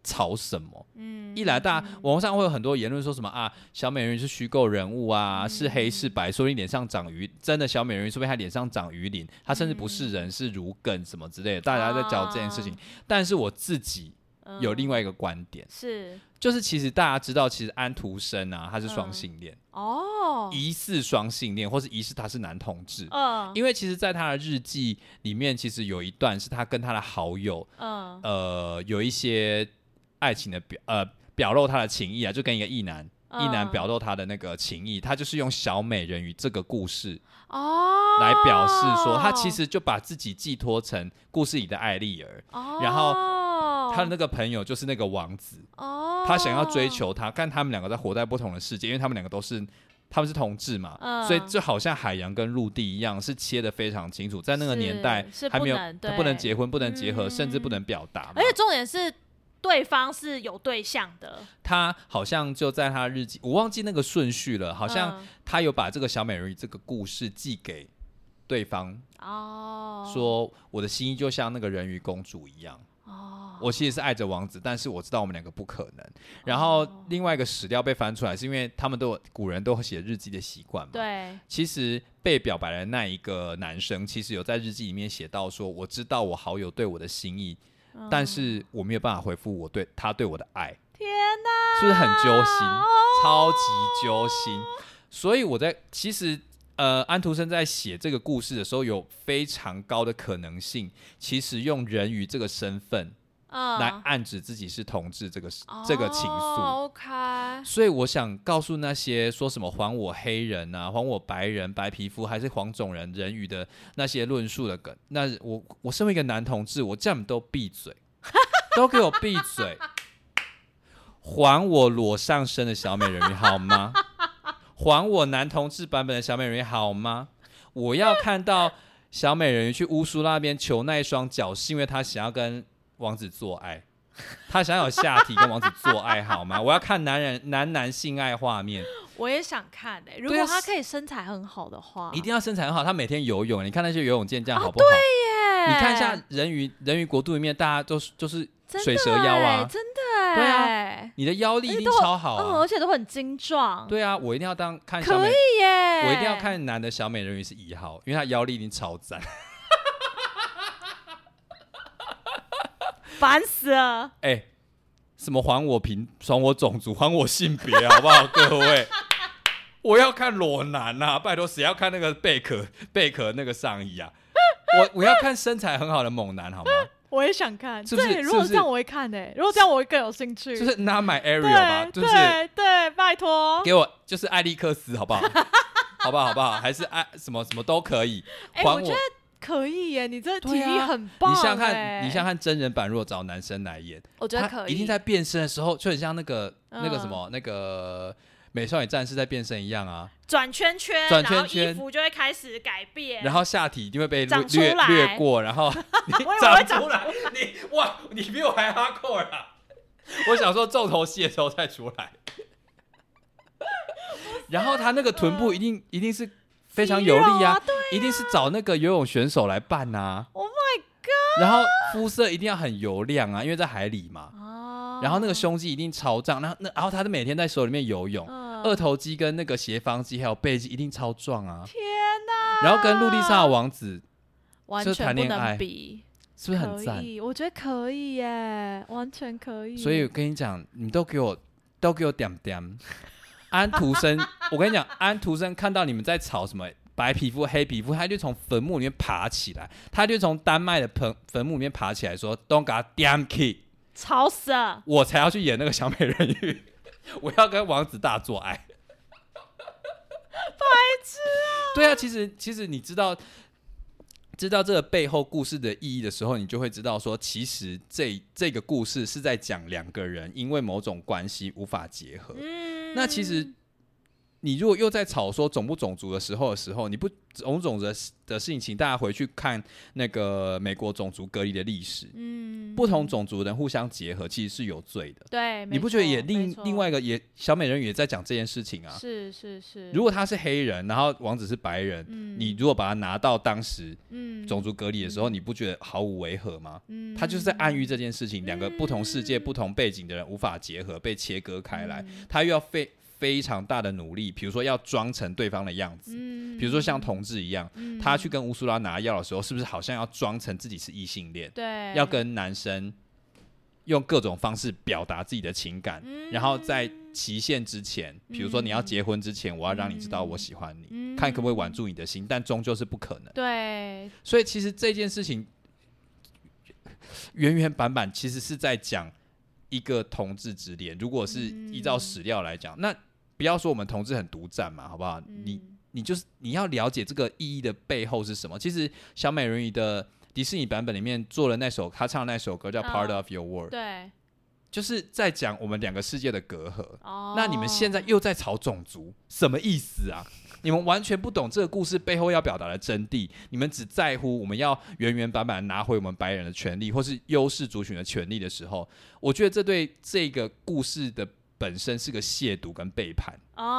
吵什么？一来大家网络上会有很多言论说什么啊，小美人鱼是虚构人物啊，是黑是白，说你脸上长鱼，真的小美人鱼说不定她脸上长鱼鳞，她甚至不是人，是如梗什么之类的，大家在讲这件事情。但是我自己有另外一个观点，就是其实大家知道，其实安徒生啊，他是双性恋，疑似双性恋，或是疑似他是男同志，因为其实，在他的日记里面，其实有一段是他跟他的好友，有一些爱情的表露他的情谊啊，就跟一个异男表露他的那个情谊，他就是用小美人鱼这个故事来表示说，他其实就把自己寄托成故事里的艾丽儿，然后他的那个朋友就是那个王子，他想要追求他，但他们两个在活在不同的世界，因为他们两个他们是同志嘛，所以就好像海洋跟陆地一样，是切得非常清楚，在那个年代还没有不能结婚、不能结合，甚至不能表达嘛， 而且重点是对方是有对象的。 他好像就在他日记，我忘记那个顺序了，好像他有把这个小美人鱼这个故事寄给对方，说我的心意就像那个人鱼公主一样。我其实是爱着王子，但是我知道我们两个不可能。然后另外一个史料被翻出来，是因为他们古人都有写日记的习惯嘛。 对， 其实被表白的那一个男生，其实有在日记里面写到说，我知道我好友对我的心意，但是我没有办法回复他对我的爱。 天哪， 是不是很揪心？超级揪心。所以其实安徒生在写这个故事的时候，有非常高的可能性，其实用人鱼这个身份来暗指自己是同志这个情愫。 OK， 所以我想告诉那些说什么还我黑人啊，还我白人白皮肤，还是黄种人人鱼的那些论述的梗，那我身为一个男同志，我叫你们都闭嘴，都给我闭嘴，还我裸上身的小美人鱼好吗？还我男同志版本的小美人鱼好吗？我要看到小美人鱼去乌苏那边求那一双脚，是因为她想要跟王子做爱，她想要有下体跟王子做爱好吗？我要看男性爱画面。 我也想看如果他可以身材很好的话， 一定要身材很好。他每天游泳，你看那些游泳健将好不好？ 对耶， 你看一下人鱼国度里面，大家就是水蛇腰啊， 真的对啊，你的腰力一定超好而且都很精壮。 对啊，我一定要看可以耶， 我一定要看男的小美人鱼是1号，因为他腰力一定超赞。 烦死了！ 什么还我种族，还我性别，好不好，各位？我要看裸男啊！拜托，谁要看那个贝壳那个上衣啊？我要看身材很好的猛男，好吗？ 我也想看， 是不是？ 如果这样我会看如果这样我会更有兴趣。 就是 not my area 吧，就是对，拜托， 给我就是艾利克斯，好不好？好不好？还是什么都可以。 我觉得可以耶，你这体力很棒。 你想想看真人版，如果找男生来演， 我觉得可以， 一定在变身的时候就很像那个什么那个美少女战士在变身一样啊， 转圈圈，然后衣服就会开始改变， 然后下体一定会被掠过，然后你长出来，你比我还hardcore啊！我想说重头戏的时候再出来，然后他那个臀部一定是非常有力啊，一定是找那个游泳选手来扮啊。 Oh my god！ 然后肤色一定要很油亮啊，因为在海里嘛。然后那个胸肌一定超胀，然后他每天在水里面游泳，二头肌跟那个斜方肌还有背肌一定超壮啊！ 天哪！ 然后跟陆地上的王子完全不能比， 是不是很赞？ 我觉得可以耶，完全可以。 所以我跟你讲，你都给我点点。安徒生，我跟你讲，安徒生看到你们在吵什么白皮肤、黑皮肤，他就从坟墓里面爬起来，他就从丹麦的坟墓里面爬起来说 ：“Don't get damn key。” 吵死了！我才要去演那个小美人鱼，我要跟王子大做爱。 白痴啊！ 对啊，其实你知道这个背后故事的意义的时候，你就会知道说，其实这个故事是在讲两个人因为某种关系无法结合。那其实你如果又在吵说种不种族的时候，你不种族的事情，请大家回去看那个美国种族隔离的历史。不同种族的人互相结合，其实是有罪的。 对， 你不觉得也另外一个也小美人鱼也在讲这件事情啊？ 是。 如果他是黑人，然后王子是白人，你如果把他拿到当时种族隔离的时候，你不觉得毫无违和吗？他就是在暗喻这件事情，两个不同世界、不同背景的人无法结合，被切割开来，他又要非常大的努力，比如说要装成对方的样子，比如说像同志一样，他去跟乌苏拉拿药的时候，是不是好像要装成自己是异性恋？ 对， 要跟男生用各种方式表达自己的情感，然后在期限之前，比如说你要结婚之前，我要让你知道我喜欢你，看可不可以挽住你的心，但终究是不可能。 对， 所以其实这件事情原版其实是在讲一个同志之恋。如果是依照史料来讲，那不要说我们同志很独占嘛，好不好？你就是你要了解这个意义的背后是什么。其实小美人鱼的迪士尼版本里面做了他唱的那首歌叫 Part of Your World， 对， 就是在讲我们两个世界的隔阂。那你们现在又在吵种族，什么意思啊？你们完全不懂这个故事背后要表达的真谛，你们只在乎我们要原版版拿回我们白人的权利，或是优势族群的权利的时候，我觉得这对这个故事的本身是个亵渎跟背叛。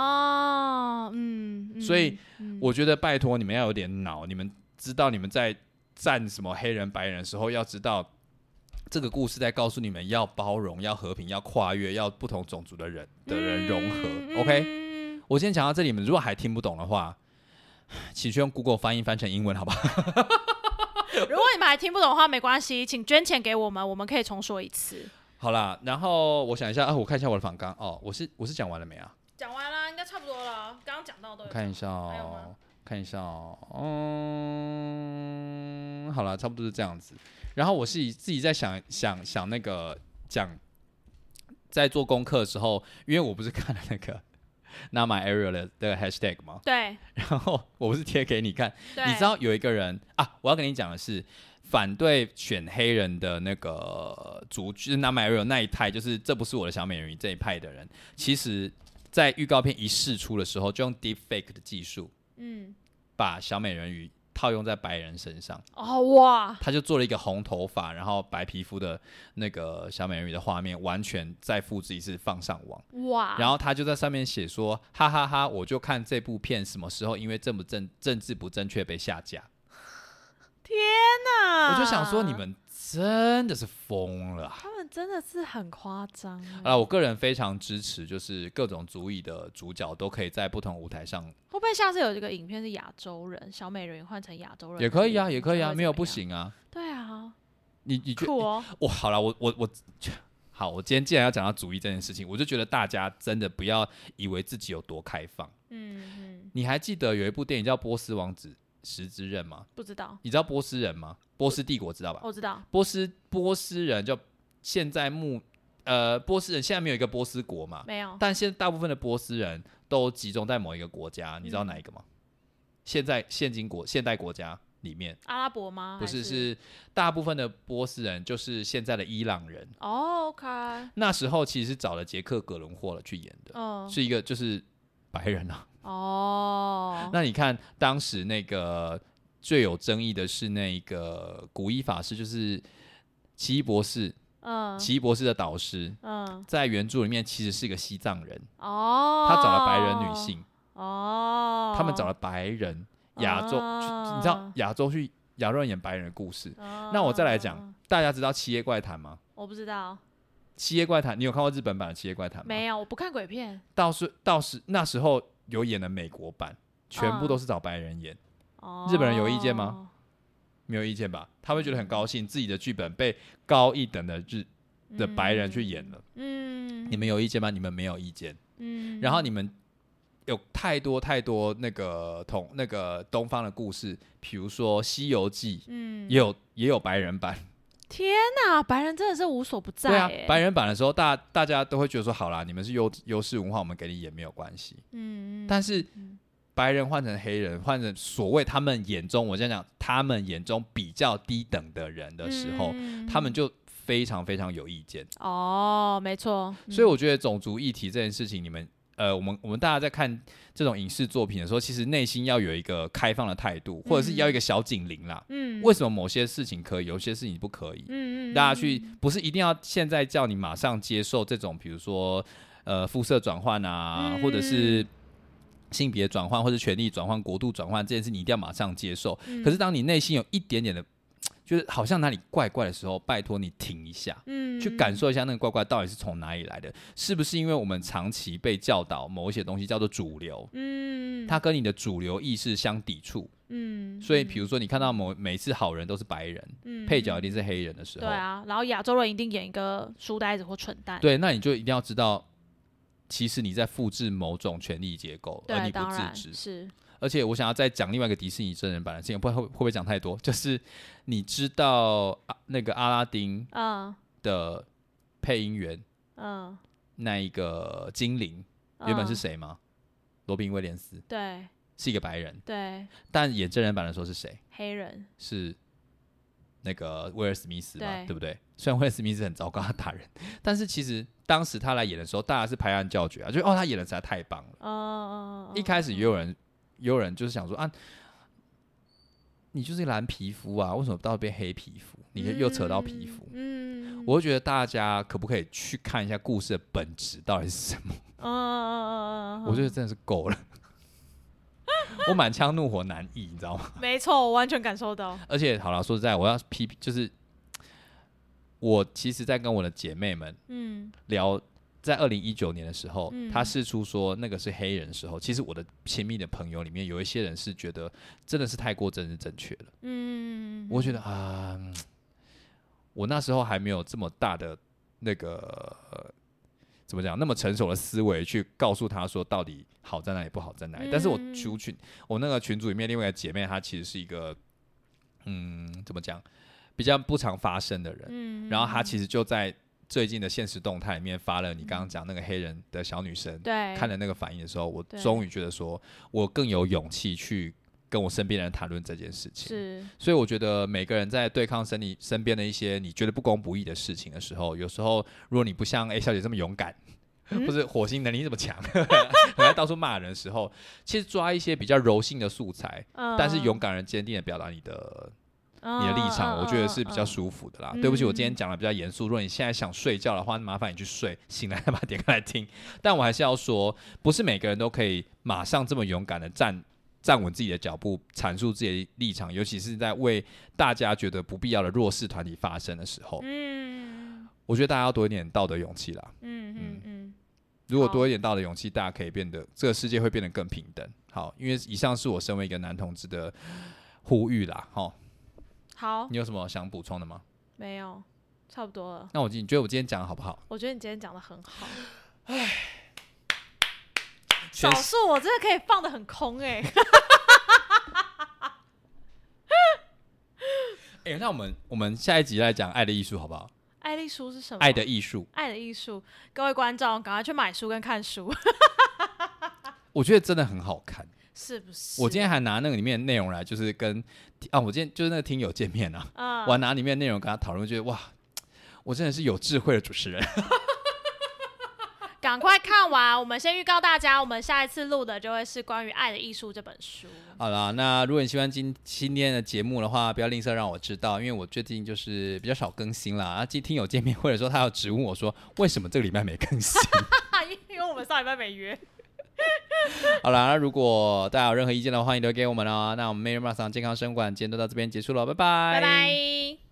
所以我觉得拜托你们要有点脑，你们知道你们在战什么黑人白人的时候，要知道这个故事在告诉你们要包容、要和平、要跨越、要不同种族的人融合。OK， 我今天讲到这里，你们如果还听不懂的话，请去用 Google 翻译翻成英文，好不好？ 如果你们还听不懂的话，没关系，请捐钱给我们，我们可以重说一次。 好啦，然后我想一下，我看一下我的访纲哦，我是讲完了没啊？ 讲完了，应该差不多了。刚刚讲到都有。 看一下哦，好了，差不多是这样子。然后我是自己在想那个讲，在做功课的时候，因为我不是看了那个 Not My Area 的 hashtag 吗？ 对。 然后我不是贴给你看，你知道有一个人啊，我要跟你讲的是，反对选黑人的那个就是 Not My Area 那一派，就是这不是我的小美人鱼这一派的人，其实在预告片一释出的时候，就用 Deepfake 的技术，把小美人鱼套用在白人身上。 哇！ 他就做了一个红头发，然后白皮肤的那个小美人鱼的画面，完全再复制一次放上网。 哇！ 然后他就在上面写说：“哈哈哈，我就看这部片什么时候因为政治不正确被下架。” 天哪！ 我就想说，你们真的是疯了， 他们真的是很夸张。 我个人非常支持，就是各种族裔的主角都可以在不同舞台上。 会不会下次有这个影片是亚洲人，小美人鱼换成亚洲人？ 也可以啊，也可以啊，没有不行啊。 对啊， 你觉得酷哦？ 好了，好，我今天既然要讲到族裔这件事情，我就觉得大家真的不要以为自己有多开放。你还记得有一部电影叫《波斯王子十之刃》吗？ 不知道。 你知道波斯人吗？波斯帝国知道吧？ 我知道。 波斯人就现在波斯人现在没有一个波斯国嘛？ 没有。 但现在大部分的波斯人都集中在某一个国家，你知道哪一个吗？现代国家里面， 阿拉伯吗？ 不是，是大部分的波斯人就是现在的伊朗人。 OK。 那时候其实是找了杰克·葛伦霍去演的，是一个就是白人啊。那你看当时那个最有争议的是那个古一法师，就是奇异博士。奇异博士的导师，在原著里面其实是一个西藏人。他找了白人女性。他们找了白人亚洲，你知道亚洲人演白人的故事。那我再来讲，大家知道《七夜怪谈》吗？ 我不知道。《 七夜怪谈》，你有看过日本版的《七夜怪谈》吗？ 没有，我不看鬼片。 那时候有演的美国版，全部都是找白人演。日本人有意见吗？没有意见吧？他会觉得很高兴，自己的剧本被高一等的白人去演了。你们有意见吗？你们没有意见。然后你们有太多那个东方的故事，比如说《西游记》，也有白人版。 天哪，白人真的是无所不在。 对啊，白人版的时候，大家都会觉得说，好啦，你们是优势文化，我们给你演没有关系。但是白人换成黑人，换成所谓他们眼中，我这样讲，他们眼中比较低等的人的时候，他们就非常非常有意见。 没错。 所以我觉得种族议题这件事情，你们我们大家在看这种影视作品的时候，其实内心要有一个开放的态度，或者是要一个小警铃啦。为什么某些事情可以，有些事情不可以？大家去不是一定要现在叫你马上接受这种，比如说肤色转换啊，或者是性别转换，或者权力转换、国度转换这件事，你一定要马上接受。可是当你内心有一点点的就是好像哪里怪怪的时候，拜托你停一下，去感受一下那个怪怪到底是从哪里来的，是不是因为我们长期被教导某一些东西叫做主流，它跟你的主流意识相抵触，所以比如说你看到每次好人都是白人，配角一定是黑人的时候， 对啊，然后亚洲人一定演一个书呆子或蠢蛋， 对，那你就一定要知道，其实你在复制某种权力结构，而你不自知。 是。 而且我想要再讲另外一个迪士尼真人版的事情，不知道会不会讲太多。就是你知道那个阿拉丁的配音员，那一个精灵原本是谁吗？罗宾威廉斯， 对， 是一个白人， 对。 但演真人版的时候是谁？ 黑人， 是那个威尔史密斯嘛，对不对？虽然威尔史密斯很糟糕，他打人，但是其实当时他来演的时候，大家是拍案叫绝啊，就他演的实在太棒了。一开始也有人就是想说啊，你就是蓝皮肤啊，为什么到变黑皮肤？你又扯到皮肤，我就觉得大家可不可以去看一下故事的本质到底是什么？我觉得真的是够了。我满腔怒火难抑，你知道吗？ 没错，我完全感受到。 而且好了，说实在，我要批评，就是我其实在跟我的姐妹们聊。在2019年的时候，他释出说那个是黑人的时候，其实我的亲密的朋友里面有一些人是觉得真的是太过政治正确了。我觉得我那时候还没有这么大的那个怎么讲，那么成熟的思维去告诉他说到底好在哪里，不好在哪里。但是我那个群组里面另外一个姐妹，她其实是一个怎么讲，比较不常发声的人。然后她其实就在最近的现实动态里面发了你刚刚讲那个黑人的小女生，看了那个反应的时候，我终于觉得说我更有勇气去跟我身边的人谈论这件事情。所以我觉得每个人在对抗身边的一些你觉得不公不义的事情的时候，有时候如果你不像 A 小姐这么勇敢，或者火星能力这么强，很爱到处骂人的时候，其实抓一些比较柔性的素材，但是勇敢而坚定的表达你的立场，我觉得是比较舒服的啦。对不起，我今天讲的比较严肃。如果你现在想睡觉的话，麻烦你去睡，醒来再把它点开来听。但我还是要说，不是每个人都可以马上这么勇敢的站稳自己的脚步，阐述自己的立场，尤其是在为大家觉得不必要的弱势团体发声的时候。我觉得大家要多一点道德勇气啦。如果多一点道德勇气，大家可以这个世界会变得更平等。好，因为以上是我身为一个男同志的呼吁啦。 好， 你有什么想补充的吗？ 没有，差不多了。 那你觉得我今天讲的好不好？ 我觉得你今天讲的很好。少数我真的可以放得很空那我们下一集来讲爱的艺术好不好？ 爱的艺术是什么？ 爱的艺术， 爱的艺术。各位观众，赶快去买书跟看书。 我觉得真的很好看。 是不是？ 我今天还拿那个里面的内容来，就是我今天就是那个听友见面啊，我还拿里面的内容跟他讨论，觉得哇，我真的是有智慧的主持人。 赶快看完，我们先预告大家，我们下一次录的就会是关于《爱的艺术》这本书。 好啦，那如果你喜欢今天的节目的话，不要吝啬让我知道，因为我最近就是比较少更新啦。听友见面，或者说他要质问我说，为什么这个礼拜没更新？ 因为我们上礼拜没约。 好啦，那如果大家有任何意见的话，欢迎留给我们哦。那我们 Mary 马上健康生馆今天都到这边结束了，拜拜， 拜拜。